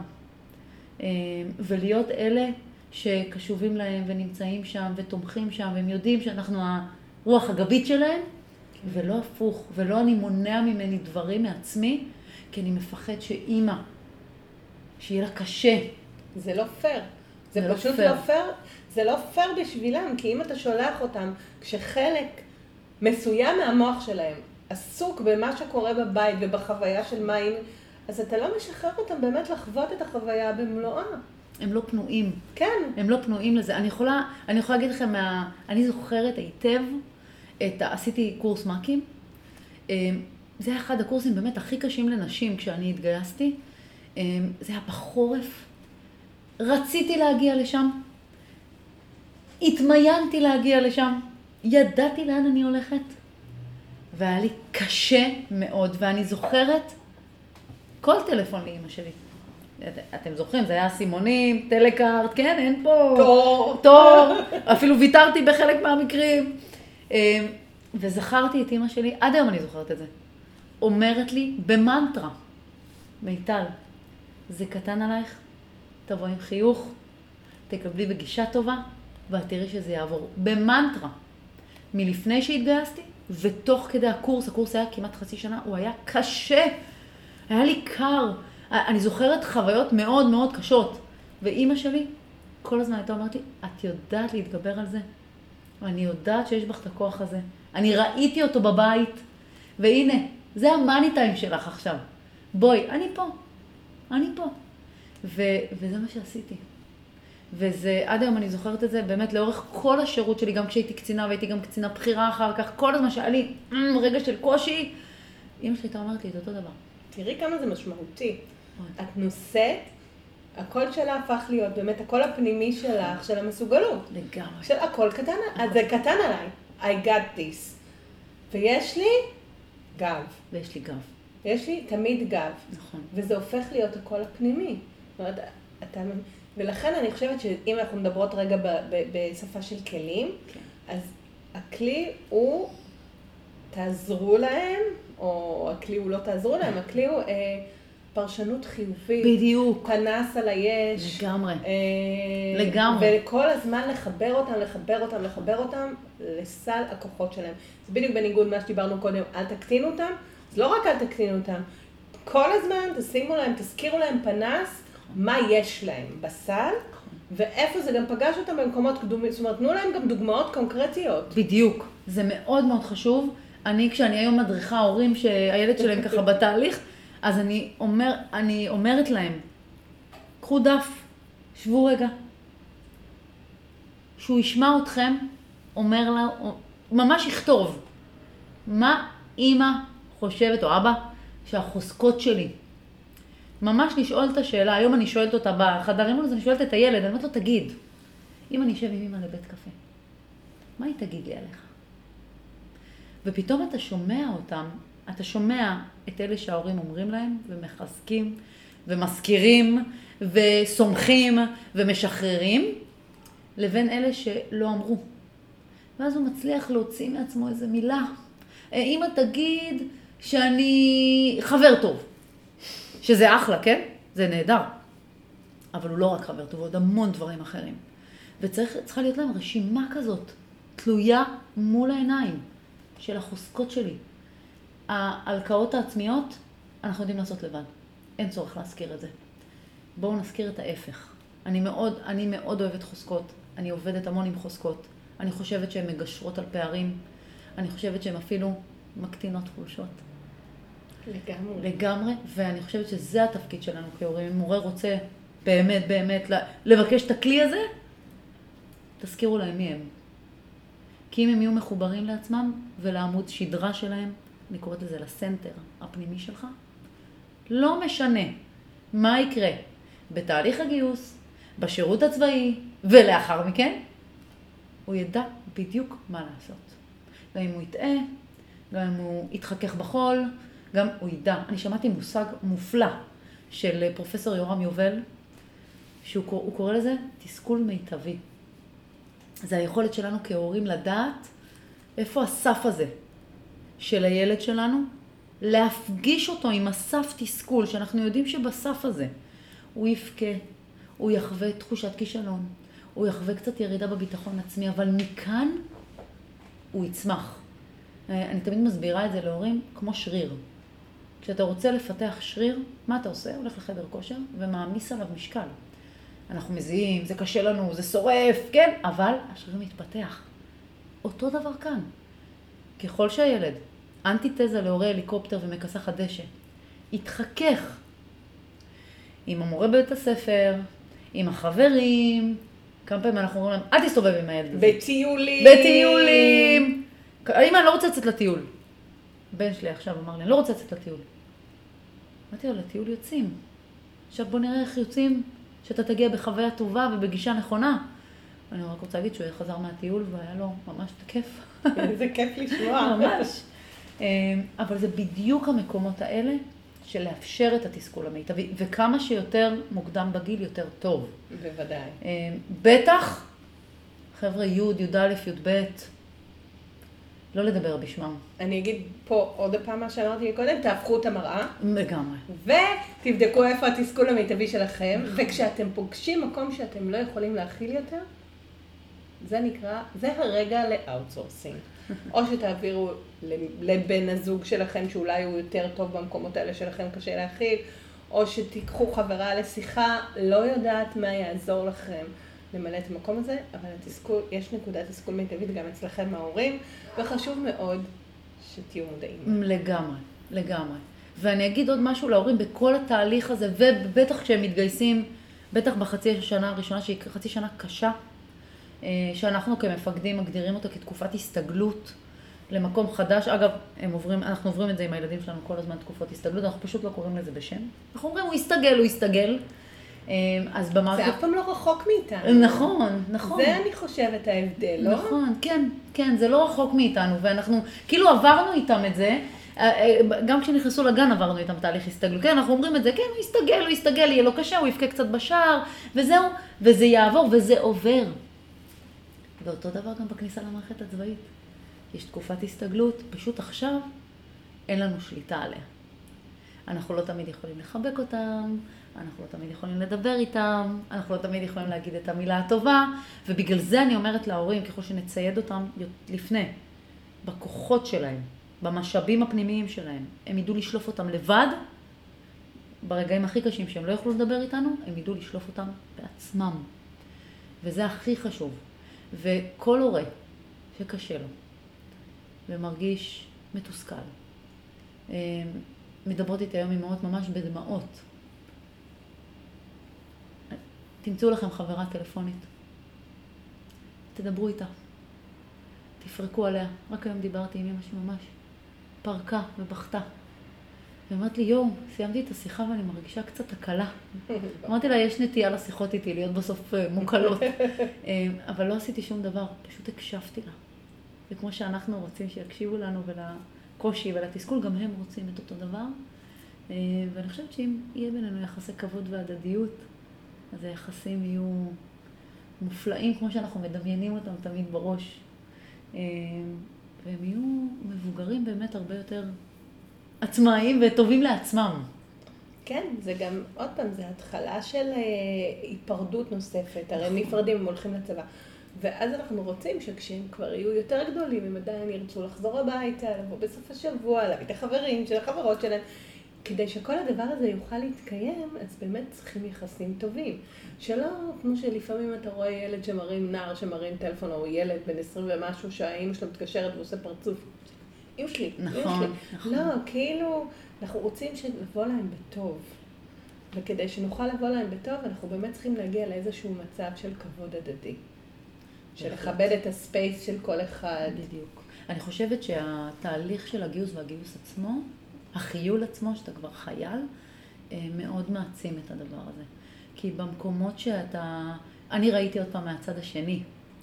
ולהיות אלה שקשובים להם ונמצאים שם ותומכים שם, והם יודעים שאנחנו הרוח הגבית שלהם, ולא הפוך, ולא אני מונע ממני דברים מעצמי, כי אני מפחד שאימא, שיהיה לה קשה. זה לא פייר. זה פשוט לא פייר. זה לא פייר בשבילם, כי אם אתה שולח אותם, כשחלק מסוים מהמוח שלהם עסוק במה שקורה בבית ובחוויה של מים, אז אתה לא משחרר אותם באמת לחוות את החוויה במלואה. הם לא פנויים. כן. הם לא פנויים לזה. אני יכולה להגיד לכם, אני זוכרת היטב, עשיתי קורס מקים, זה היה אחד הקורסים באמת הכי קשים לנשים כשאני התגייסתי. זה היה בחורף. רציתי להגיע לשם. התמיינתי להגיע לשם. ידעתי לאן אני הולכת. והיה לי קשה מאוד. ואני זוכרת כל טלפון לאמא שלי. אתם זוכרים, זה היה סימונים, טלקארט, כן, אין פה תור. אפילו ויתרתי בחלק מהמקרים. וזכרתי את אמא שלי, עד היום אני זוכרת את זה. אומרת לי במנטרה, מיטל, זה קטן עלייך, תבוא עם חיוך, תקבלי בגישה טובה, ואת תראי שזה יעבור. במנטרה, מלפני שהתגייסתי, ותוך כדי הקורס היה כמעט חצי שנה, הוא היה קשה, היה לי קר. אני זוכרת חוויות מאוד מאוד קשות, ואימא שלי כל הזמן הייתה אומרת לי, את יודעת להתגבר על זה? ואני יודעת שיש בך את הכוח הזה. אני ראיתי אותו בבית, והנה, זה המאני טיים שלך עכשיו. בואי, אני פה. וזה מה שעשיתי. וזה, עד היום אני זוכרת את זה, באמת לאורך כל השירות שלי, גם כשהייתי קצינה, והייתי גם קצינה בחירה אחר כך, כל הזמן שהיה לי רגע של קושי, אמא שלי הייתה אומרת לי את אותו דבר. תראי כמה זה משמעותי. את נושאת, הקול שלה הפך להיות באמת הקול הפנימי שלך, של המסוגלות. לגמרי. של הכל קטן, אז זה קטן עליי. I got this. ויש לי גב. ויש לי גב. יש לי תמיד גב. נכון. וזה הופך להיות הקול הפנימי. זאת אומרת, ולכן אני חושבת שאם אנחנו מדברות רגע בשפה של כלים, כן. אז הכלי הוא תעזרו להם, או הכלי הוא לא תעזרו להם, הכלי הוא פרשנות חיובית. בדיוק. פנס על היש. לגמרי. לגמרי. וכל הזמן לחבר אותם לסל הכוחות שלהם. זה בדיוק בניגוד מה שדיברנו קודם, אל תקטינו אותם. אז לא רק אל תקטינו אותם, כל הזמן תשימו להם, תזכירו להם פנס, מה יש להם בסל, ואיפה זה גם פגש אותם במקומות קדומים, זאת אומרת, תנו להם גם דוגמאות קונקרטיות. בדיוק. זה מאוד מאוד חשוב. כשאני היום מדריכה הורים שהילד שלהם ככה בתהליך, אז אני אומרת להם, קחו דף, שבו רגע. שהוא ישמע אתכם, אומר לה, ממש יכתוב, מה אמא חושבת, או אבא, שהחוזקות שלי. ממש לשאול את השאלה, היום אני שואלת אותה בחדר אימון, אז אני שואלת את הילד, אני אומרת לו, תגיד, אם אני אשב עם אמא לבית קפה, מה היא תגיד לי עליך? ופתאום אתה שומע אותם, אתה שומע את אלה שההורים אומרים להם, ומחזקים, ומזכירים, וסומכים, ומשחררים, לבין אלה שלא אמרו. ואז הוא מצליח להוציא מעצמו איזו מילה. אמא תגיד שאני חבר טוב. שזה אחלה, כן? זה נהדר. אבל הוא לא רק חבר טוב, עוד המון דברים אחרים. וצריכה להיות להם רשימה כזאת, תלויה מול העיניים של החוזקות שלי. ההלקאות העצמיות, אנחנו יודעים לעשות לבד. אין צורך להזכיר את זה. בואו נזכיר את ההפך. אני מאוד אוהבת חוזקות. אני עובדת המון עם חוזקות. אני חושבת שהן מגשרות על פערים. אני חושבת שהן אפילו מקטינות חולשות. לגמרי, ואני חושבת שזה התפקיד שלנו כהורים. אם מורה רוצה באמת לבקש את הכלי הזה, תזכירו להם מי הם. כי אם הם יהיו מחוברים לעצמם ולעמוד שדרה שלהם, אני קוראת לזה לסנטר הפנימי שלך, לא משנה מה יקרה בתהליך הגיוס, בשירות הצבאי ולאחר מכן, הוא ידע בדיוק מה לעשות. גם אם הוא יטעה, גם אם הוא יתחכך בחול, גם הוא ידע. אני שמעתי מושג מופלא של פרופסור יורם יובל, שהוא קורא לזה תסכול מיטבי. זה היכולת שלנו כהורים לדעת איפה הסף הזה של הילד שלנו, להפגיש אותו עם הסף תסכול, שאנחנו יודעים שבסף הזה הוא יפקה, הוא יחווה תחושת כישלון, הוא יחווה קצת ירידה בביטחון עצמי, אבל מכאן הוא יצמח. אני תמיד מסבירה את זה להורים כמו שריר. כשאתה רוצה לפתח שריר, מה אתה עושה? הולך לחדר כושר ומעמיס עליו משקל. אנחנו מזיעים, זה קשה לנו, זה שורף, כן? אבל השריר מתפתח. אותו דבר כאן. ככל שהילד, אנטיתזה להורי הליקופטר ומכסח הדשא, יתחכך עם המורה בבית הספר, עם החברים, כמה פעמים אנחנו אומרים להם, אל תסתובב עם הילד הזה. בטיולים. בטיולים. אמא, אני לא רוצה לצאת לטיול. בן שלי עכשיו אמר לי, אני לא רוצה לצאת לטיול. אמרתי לו, לטיול יוצאים. עכשיו בוא נראה איך יוצאים, שאתה תגיע בחוויה טובה ובגישה נכונה. אני רק רוצה להגיד שהוא חזר מהטיול והיה לו ממש כיף. איזה כיף לשמוע. ממש. אבל זה בדיוק המקומות האלה של לאפשר את התסכול המיטבי, וכמה שיותר מוקדם בגיל יותר טוב. בוודאי. בטח, חבר'ה י', י"א, י"ב, לא לדבר בשמם. אני אגיד פה עוד פעם מה שאמרתי קודם, תהפכו את המראה. לגמרי. ותבדקו איפה התסכול המיטבי שלכם, וכשאתם פוגשים מקום שאתם לא יכולים להכיל יותר, זה נקרא, זה הרגע לאוטסורסינג. או שתעבירו לבן הזוג שלכם, שאולי הוא יותר טוב במקומות האלה שלכם קשה להכיל, או שתיקחו חברה לשיחה, לא יודעת מה יעזור לכם למלא את המקום הזה, אבל התסכול, יש נקודת תסכול מיטבית גם אצלכם ההורים, וחשוב מאוד שתהיו מודעים. לגמרי, לגמרי. ואני אגיד עוד משהו להורים בכל התהליך הזה, ובטח כשהם מתגייסים, בטח בחצי השנה הראשונה, שהיא חצי שנה קשה, שאנחנו כמפקדים מגדירים אותה כתקופת הסתגלות למקום חדש. אגב, אנחנו עוברים את זה עם הילדים שלנו כל הזמן, תקופות הסתגלות, אנחנו פשוט לא קוראים לזה בשם. אנחנו אומרים, הוא יסתגל. אז במערכת... זה אף פעם לא רחוק מאיתנו. נכון. זה אני חושבת ההבדל, לא? נכון, כן, זה לא רחוק מאיתנו, ואנחנו כאילו עברנו איתם את זה, גם כשנכנסו לגן עברנו איתם תהליך הסתגלות, כן, אנחנו אומרים את זה, כן, הוא יסתגל, יהיה לו קשה, הוא יפקה קצת בשער, וזהו, וזה יעבור, וזה עובר. ואותו דבר גם בכניסה למערכת הצבאית. יש תקופת הסתגלות, פשוט עכשיו אין לנו שליטה עליה. אנחנו לא תמיד יכולים לחבק אותם, אנחנו לא תמיד יכולים לדבר איתם, אנחנו לא תמיד יכולים להגיד את המילה הטובה, ובגלל זה אני אומרת להורים, ככל שנצייד אותם לפני, בכוחות שלהם, במשאבים הפנימיים שלהם, הם ידעו לשלוף אותם לבד, ברגעים הכי קשים שהם לא יוכלו לדבר איתנו, הם ידעו לשלוף אותם בעצמם. וזה הכי חשוב. וכל הורה שקשה לו ומרגיש מתוסכל, מדברות איתי היום אמהות ממש בדמעות. תמצאו לכם חברה טלפונית, תדברו איתה, תפרקו עליה. רק היום דיברתי עם אמא שממש פרקה ובכתה. ואמרת לי, סיימתי את השיחה ואני מרגישה קצת הקלה. אמרתי לה, יש נטייה לשיחות איתי, להיות בסוף מוקלות. אבל לא עשיתי שום דבר, פשוט הקשבתי לה. וכמו שאנחנו רוצים שיקשיבו לנו ולקושי ולתסכול, גם הם רוצים את אותו דבר. ואני חושבת שאם יהיה בינינו יחסי כבוד והדדיות, אז היחסים יהיו מופלאים, כמו שאנחנו מדמיינים אותם תמיד בראש. והם יהיו מבוגרים באמת הרבה יותר עצמאיים וטובים לעצמם. כן, זה גם, עוד פעם, זה התחלה של היפרדות נוספת. הרי נפרדים, הם הולכים לצבא. ואז אנחנו רוצים שכשהם כבר יהיו יותר גדולים, הם עדיין ירצו לחזור הביתה, לבוא בסוף השבוע, להביא את החברים של החברות שלהם. כדי שכל הדבר הזה יוכל להתקיים, אז באמת צריכים יחסים טובים. שלא, כמו שלפעמים אתה רואה ילד שמרים, נער שמרים טלפון, או ילד בן 20 ומשהו, שהאמא שלו מתקשרת ועושה פרצוף. אמא שלי, נכון. לא, כאילו, אנחנו רוצים שנבוא להם בטוב. וכדי שנוכל לבוא להם בטוב, אנחנו באמת צריכים להגיע לאיזשהו מצב של כבוד הדדי. של לכבד את הספייס של כל אחד. בדיוק. אני חושבת שהתהליך של הגיוס והגיוס עצמו, החיול עצמו, שאתה כבר חייל, מאוד מעצים את הדבר הזה. כי במקומות אני ראיתי עוד פעם מהצד השני,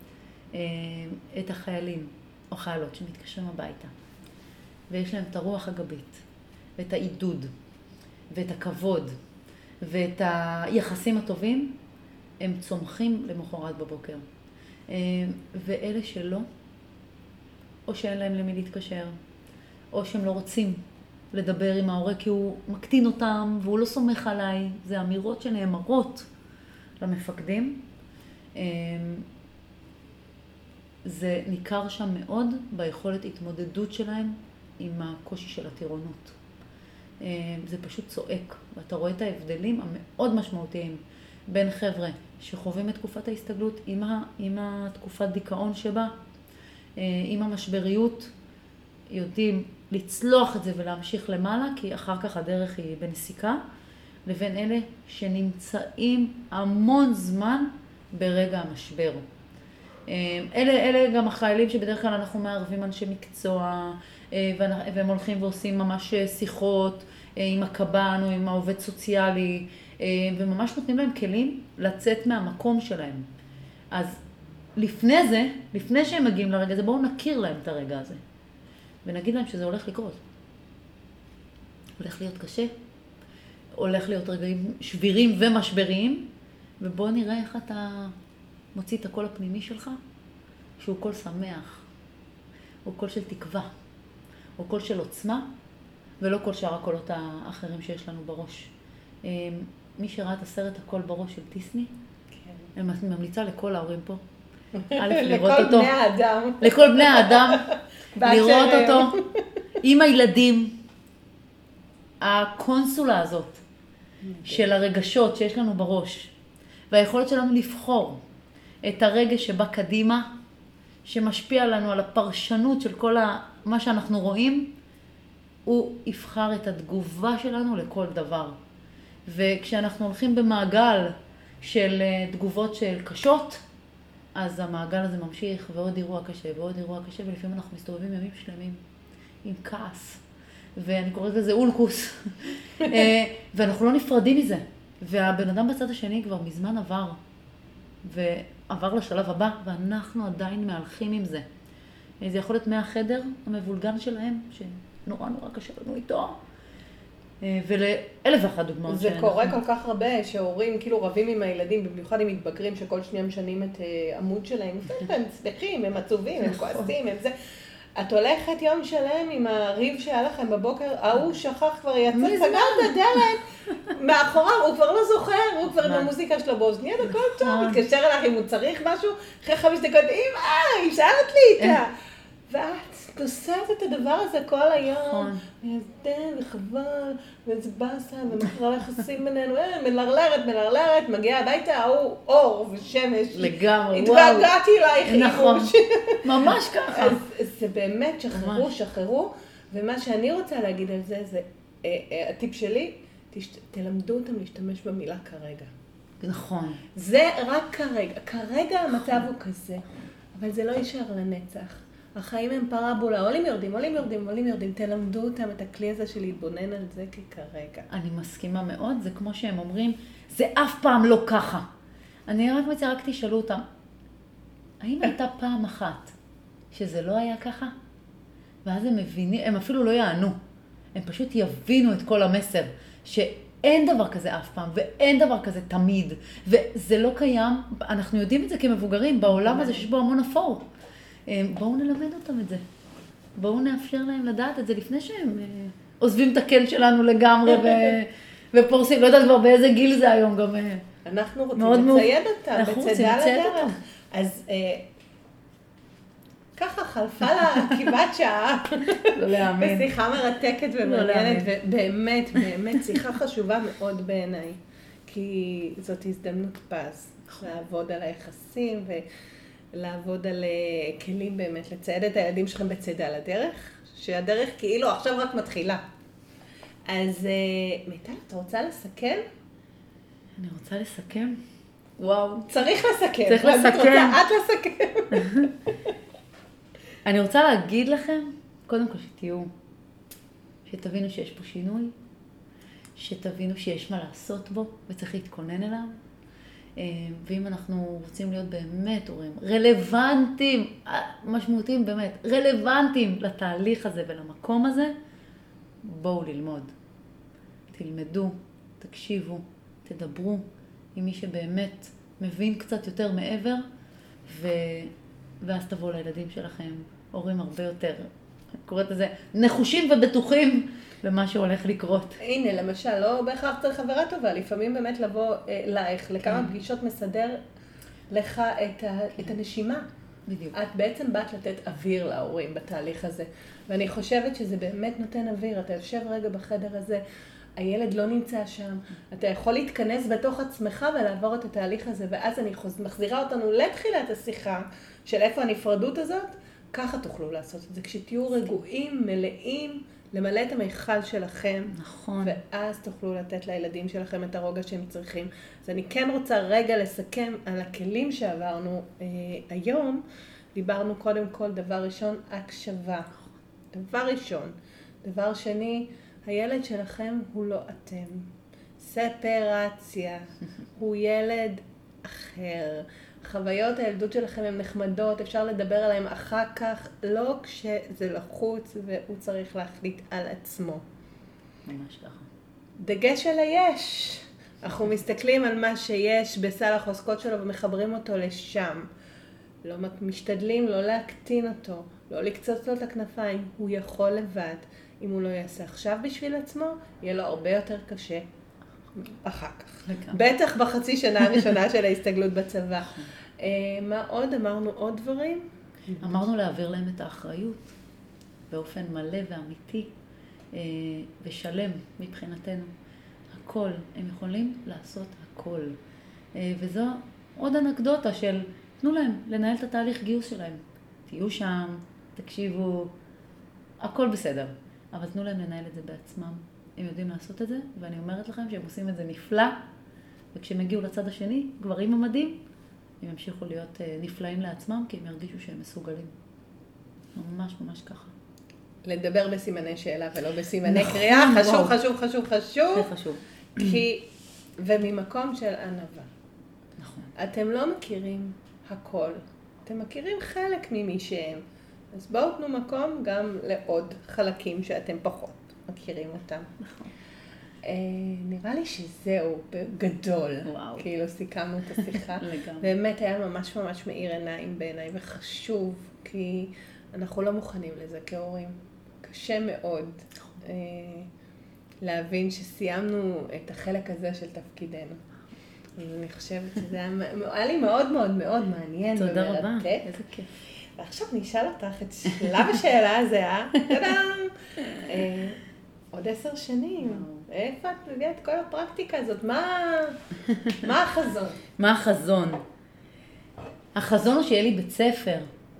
את החיילים או חיילות שמתקשרים הביתה, ויש להם את הרוח הגבית, ואת העידוד, ואת הכבוד, ואת היחסים הטובים, הם צומחים למחרת בבוקר. ואלה שלא, או שאין להם למי להתקשר, או שהם לא רוצים לדבר עם ההורה כי הוא מקטין אותם והוא לא סומך עליי, זה אמירות שנאמרות למפקדים. זה ניכר שם מאוד ביכולת התמודדות שלהם עם הקושי של הטירונות. זה פשוט צועק, ואתה רואה את ההבדלים המאוד משמעותיים בין חבר'ה שחווים את תקופת ההסתגלות עם התקופת דיכאון שבה, עם המשבריות, יודעים לצלוח את זה ולהמשיך למעלה, כי אחר כך הדרך היא בנסיקה, לבין אלה שנמצאים המון זמן ברגע המשבר. אלה גם החיילים שבדרך כלל אנחנו מערבים אנשי מקצוע, והם הולכים ועושים ממש שיחות עם הקב"ן או עם העובד סוציאלי, וממש נותנים להם כלים לצאת מהמקום שלהם. אז לפני זה, לפני שהם מגיעים לרגע הזה, בואו נכיר להם את הרגע הזה. ונגיד להם שזה הולך לקרות. הולך להיות קשה, הולך להיות רגעים שבירים ומשבריים, ובואו נראה איך אתה מוציא את הקול הפנימי שלך, שהוא קול שמח, הוא קול של תקווה, הוא קול של עוצמה, ולא כל שאר הקולות האחרים שיש לנו בראש. מי שראה את הסרט הקול בראש של דיסני, כן. אני ממליצה לכל ההורים פה. לכל בני האדם. לכל בני האדם, לראות אותו עם הילדים. הקונסולה הזאת של הרגשות שיש לנו בראש, והיכולת שלנו לבחור את הרגש שבא קדימה, שמשפיע לנו על הפרשנות של כל מה שאנחנו רואים, הוא יבחר את התגובה שלנו לכל דבר. וכשאנחנו הולכים במעגל של תגובות של קשות, אז המעגל הזה ממשיך ועוד אירוע קשה ועוד אירוע קשה, ולפעמים אנחנו מסתובבים ימים שלמים עם כעס. ואני קוראת לזה אולקוס. ואנחנו לא נפרדים מזה. והבן אדם בצד השני כבר מזמן עבר. ועבר לשלב הבא, ואנחנו עדיין מהלכים עם זה. זה יכול להיות מהחדר המבולגן שלהם, שנורא קשה לנו איתו. ולאלף ואחת דוגמאות. זה קורה כל כך הרבה שהורים כאילו רבים עם הילדים, במיוחד עם מתבגרים שכל שניה משנים את עמוד שלהם. הם שמחים, הם עצובים, הם כועסים, הם זה. את הולכת יום שלם עם הריב שהיה לכם בבוקר, ההוא שכח כבר יצא, סגר את הדלת, מאחוריו, הוא כבר לא זוכר, הוא כבר עם המוזיקה שלו באוזניות, הכל טוב, מתקשר אליך אם הוא צריך משהו, אחרי 5 דקות, אמא, היא שאלת לי איתה. ואת נוסעת את הדבר הזה כל היום, וידן וחבל, ואיזה באסה, ומחרה יחסים בינינו, מלרלרת, מגיעה הביתה, ההוא אור ושמש. לגמרי, וואו. התגעגעתי אלייך. נכון, ממש ככה. אז זה באמת שחררו, ומה שאני רוצה להגיד על זה, זה הטיפ שלי, תלמדו אותם להשתמש במילה כרגע. נכון. זה רק כרגע. כרגע המצב הוא כזה, אבל זה לא יישאר לנצח. החיים הם פרבולה, עולים יורדים, תלמדו אותם את הכלי הזה של להתבונן על זה ככרגע. אני מסכימה מאוד, זה כמו שהם אומרים, זה אף פעם לא ככה. אני רק מציעה, רק תשאלו אותם, האם הייתה פעם אחת שזה לא היה ככה? ואז הם מבינים, הם אפילו לא יענו, הם פשוט יבינו את כל המסר, שאין דבר כזה אף פעם, ואין דבר כזה תמיד, וזה לא קיים, אנחנו יודעים את זה כמבוגרים, בעולם הזה שיש בו המון אפור. בואו נלמד אותם את זה. בואו נאפשר להם לדעת את זה לפני שהם עוזבים את הקל שלנו לגמרי ופורסים. לא יודעת כבר באיזה גיל זה היום גם. אנחנו רוצים לצייד אותם, בצדה לדרך. אז ככה חלפה לה כמעט שעה. לא להאמין. בשיחה מרתקת ומעניינת, ובאמת, שיחה חשובה מאוד בעיניי. כי זאת הזדמנות פז, לעבוד על היחסים לעבוד על כלים באמת, לצייד את הילדים שלכם בצדה לדרך, שהדרך כאילו עכשיו רק מתחילה. אז מיטל, את רוצה לסכם? אני רוצה לסכם? וואו. צריך לסכם. צריך לסכם. את לסכם. אני רוצה להגיד לכם, קודם כל שתבינו שיש פה שינוי, שתבינו שיש מה לעשות בו וצריך להתכונן אליו. ואם אנחנו רוצים להיות באמת הורים רלוונטיים, משמעותיים באמת, רלוונטיים לתהליך הזה ולמקום הזה, בואו ללמוד. תלמדו, תקשיבו, תדברו עם מי שבאמת מבין קצת יותר מעבר, ואז תבואו לילדים שלכם, הורים הרבה יותר, אני קוראת לזה, נחושים ובטוחים במה שהולך לקרות. הנה, למשל, לא בהכרח צריך חברה טובה, לפעמים באמת לבוא אלייך לכמה פגישות מסדר לך את הנשימה. בדיוק. את בעצם באת לתת אוויר להורים בתהליך הזה, ואני חושבת שזה באמת נותן אוויר. אתה יושב רגע בחדר הזה, הילד לא נמצא שם, אתה יכול להתכנס בתוך עצמך ולעבור את התהליך הזה, ואז אני מחזירה אותנו לתחילת השיחה של איפה הנפרדות הזאת, ככה תוכלו לעשות את זה, כשתהיו רגועים, מלאים, למלא את המיכל שלכם, נכון. ואז תוכלו לתת לילדים שלכם את הרוגע שהם צריכים. אז אני כן רוצה רגע לסכם על הכלים שעברנו היום. דיברנו קודם כל, דבר ראשון, הקשבה. דבר ראשון. דבר שני, הילד שלכם הוא לא אתם. ספרציה. הוא ילד אחר. חוויות הילדות שלכם הן נחמדות, אפשר לדבר עליהן אחר כך, לא כשזה לחוץ והוא צריך להחליט על עצמו. ממש ככה. דגש על היש. אנחנו מסתכלים על מה שיש בסל החוזקות שלו ומחברים אותו לשם. לא משתדלים לא להקטין אותו, לא לקצוץ לו את הכנפיים, הוא יכול לבד. אם הוא לא יעשה עכשיו בשביל עצמו, יהיה לו הרבה יותר קשה אחר כך. בטח בחצי שנה הראשונה של ההסתגלות בצבא. מה עוד? אמרנו עוד דברים? אמרנו להעביר להם את האחריות באופן מלא ואמיתי ושלם מבחינתנו. הכל, הם יכולים לעשות הכל. וזו עוד אנקדוטה של תנו להם לנהל את התהליך גיוס שלהם. תהיו שם, תקשיבו, הכל בסדר. אבל תנו להם לנהל את זה בעצמם. הם יודעים לעשות את זה, ואני אומרת לכם שהם עושים את זה נפלא, וכשהם הגיעו לצד השני, גברים המדהים, הם ימשיכו להיות נפלאים לעצמם, כי הם ירגישו שהם מסוגלים. ממש ממש ככה. לדבר בסימני שאלה ולא בסימני קריאה, חשוב, חשוב, חשוב, חשוב. זה חשוב. וממקום של ענווה. נכון. אתם לא מכירים הכל, אתם מכירים חלק ממי שהם. אז בואו תנו מקום גם לעוד חלקים שאתם פחות מכירים אותם. נכון. נראה לי שזהו בגדול. וואו. כאילו סיכמנו את השיחה. לגמרי. באמת היה ממש ממש מאיר עיניים בעיניי וחשוב, כי אנחנו לא מוכנים לזה כהורים. קשה מאוד להבין שסיימנו את החלק הזה של תפקידנו. אז אני חושבת שזה היה לי מאוד מאוד מאוד מעניין ומרתק. תודה רבה, איזה כיף. ועכשיו נשאל אותך את שלב השאלה הזה, טאדאם! עוד 10 שנים, איפה את מביאה את כל הפרקטיקה הזאת? מה החזון? מה החזון? החזון הוא שיהיה לי בית ספר,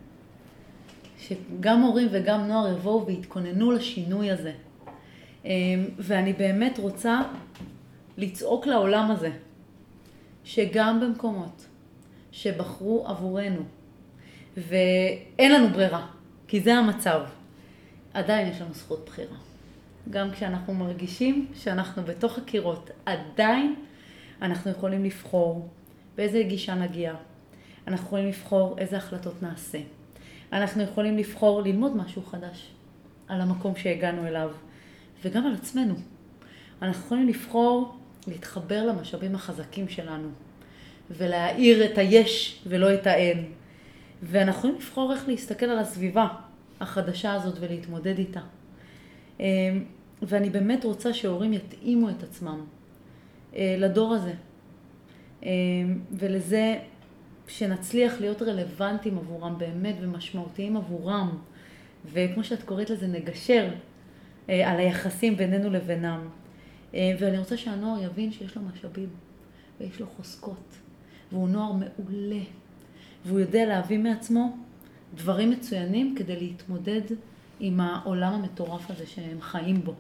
שגם הורים וגם נוער יבואו והתכוננו לשינוי הזה. ואני באמת רוצה לצעוק לעולם הזה, שגם במקומות שבחרו עבורנו, ואין לנו ברירה, כי זה המצב, עדיין יש לנו זכות בחירה. גם כשאנחנו מרגישים שאנחנו בתוך הקירות, עדיין אנחנו יכולים לבחור באיזה גישה נגיע. אנחנו יכולים לבחור איזה החלטות נעשה. אנחנו יכולים לבחור ללמוד משהו חדש על המקום שהגענו אליו, וגם על עצמנו. אנחנו יכולים לבחור להתחבר למשאבים החזקים שלנו, ולהאיר את היש ולא את האין. ואנחנו יכולים לבחור איך להסתכל על הסביבה החדשה הזאת ולהתמודד איתה. ואני באמת רוצה שההורים יתאימו את עצמם לדור הזה. ולזה שנצליח להיות רלוונטיים עבורם באמת ומשמעותיים עבורם. וכמו שאת קוראת לזה, נגשר על היחסים בינינו לבינם. ואני רוצה שהנוער יבין שיש לו משאבים ויש לו חוזקות. והוא נוער מעולה. והוא יודע להביא מעצמו דברים מצוינים כדי להתמודד עם העולם המטורף הזה שהם חיים בו.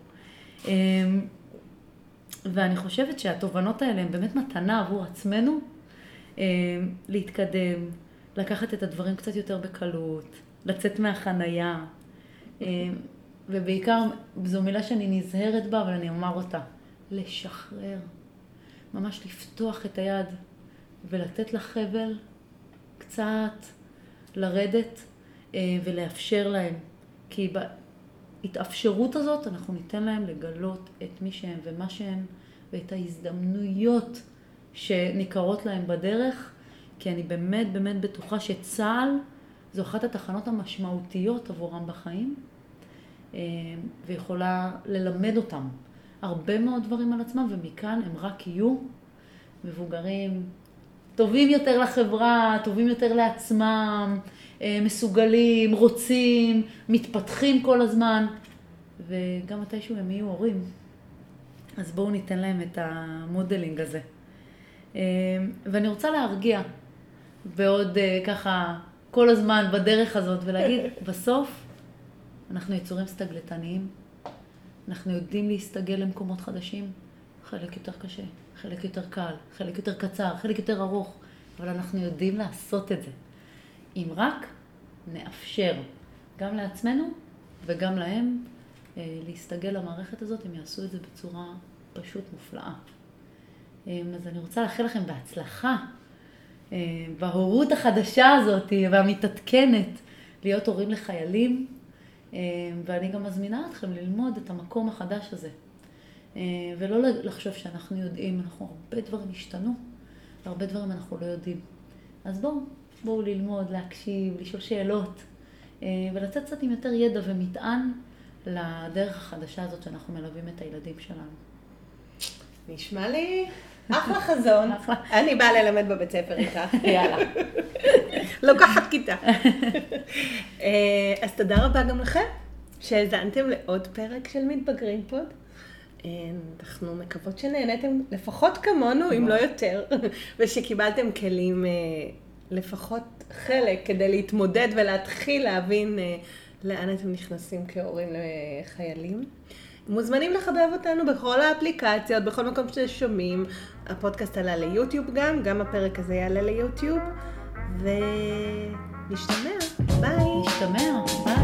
ואני חושבת שהתובנות האלה הן באמת מתנה עבור עצמנו, להתקדם, לקחת את הדברים קצת יותר בקלות, לצאת מהחנייה, ובעיקר זו מילה שאני נזהרת בה, אבל אני אומר אותה, לשחרר, ממש לפתוח את היד ולתת לחבל קצת לרדת ולאפשר להם, כי בהתאפשרות הזאת אנחנו ניתן להם לגלות את מי שהם ומה שהם ואת ההזדמנויות שניכרות להם בדרך, כי אני באמת באמת בטוחה שצה"ל זו אחת התחנות המשמעותיות עבורם בחיים, ויכולה ללמד אותם הרבה מאוד דברים על עצמם, ומכאן הם רק יהיו מבוגרים טובים יותר לחברה, טובים יותר לעצמם, מסוגלים, רוצים, מתפתחים כל הזמן, וגם מתישהו הם יהיו הורים. אז בואו ניתן להם את המודלינג הזה. ואני רוצה להרגיע בעוד ככה כל הזמן בדרך הזאת ולהגיד, בסוף אנחנו יצורים סטגלטניים, אנחנו יודעים להסתגל למקומות חדשים, חלק יותר קשה, חלק יותר קל, חלק יותר קצר, חלק יותר ארוך, אבל אנחנו יודעים לעשות את זה. אם רק נאפשר גם לעצמנו וגם להם להסתגל למערכת הזאת, הם יעשו את זה בצורה פשוט מופלאה. אז אני רוצה לאחל לכם בהצלחה, בהורות החדשה הזאת והמתעדכנת, להיות הורים לחיילים, ואני גם מזמינה אתכם ללמוד את המקום החדש הזה. ולא לחשוב שאנחנו יודעים, הרבה דברים השתנו, והרבה דברים אנחנו לא יודעים. אז בואו ללמוד, להקשיב, לשאול שאלות, ולצאת קצת עם יותר ידע ומטען לדרך החדשה הזאת שאנחנו מלווים את הילדים שלנו. נשמע לי אחלה חזון. אני באה ללמד בבית ספר איתך. יאללה. לוקחת כיתה. אז תודה רבה גם לכם שהאזנתם לעוד פרק של מתבגרים פוד. אנחנו מקוות שנהנתם לפחות כמונו, אם לא יותר, ושקיבלתם כלים לפחות חלק כדי להתמודד ולהתחיל להבין לאן אתם נכנסים כהורים לחיילים. מוזמנים לחבב אותנו בכל האפליקציות, בכל מקום ששומעים. הפודקאסט עלה ליוטיוב גם הפרק הזה יעלה ליוטיוב. ונשתמע, ביי. נשתמע, ביי.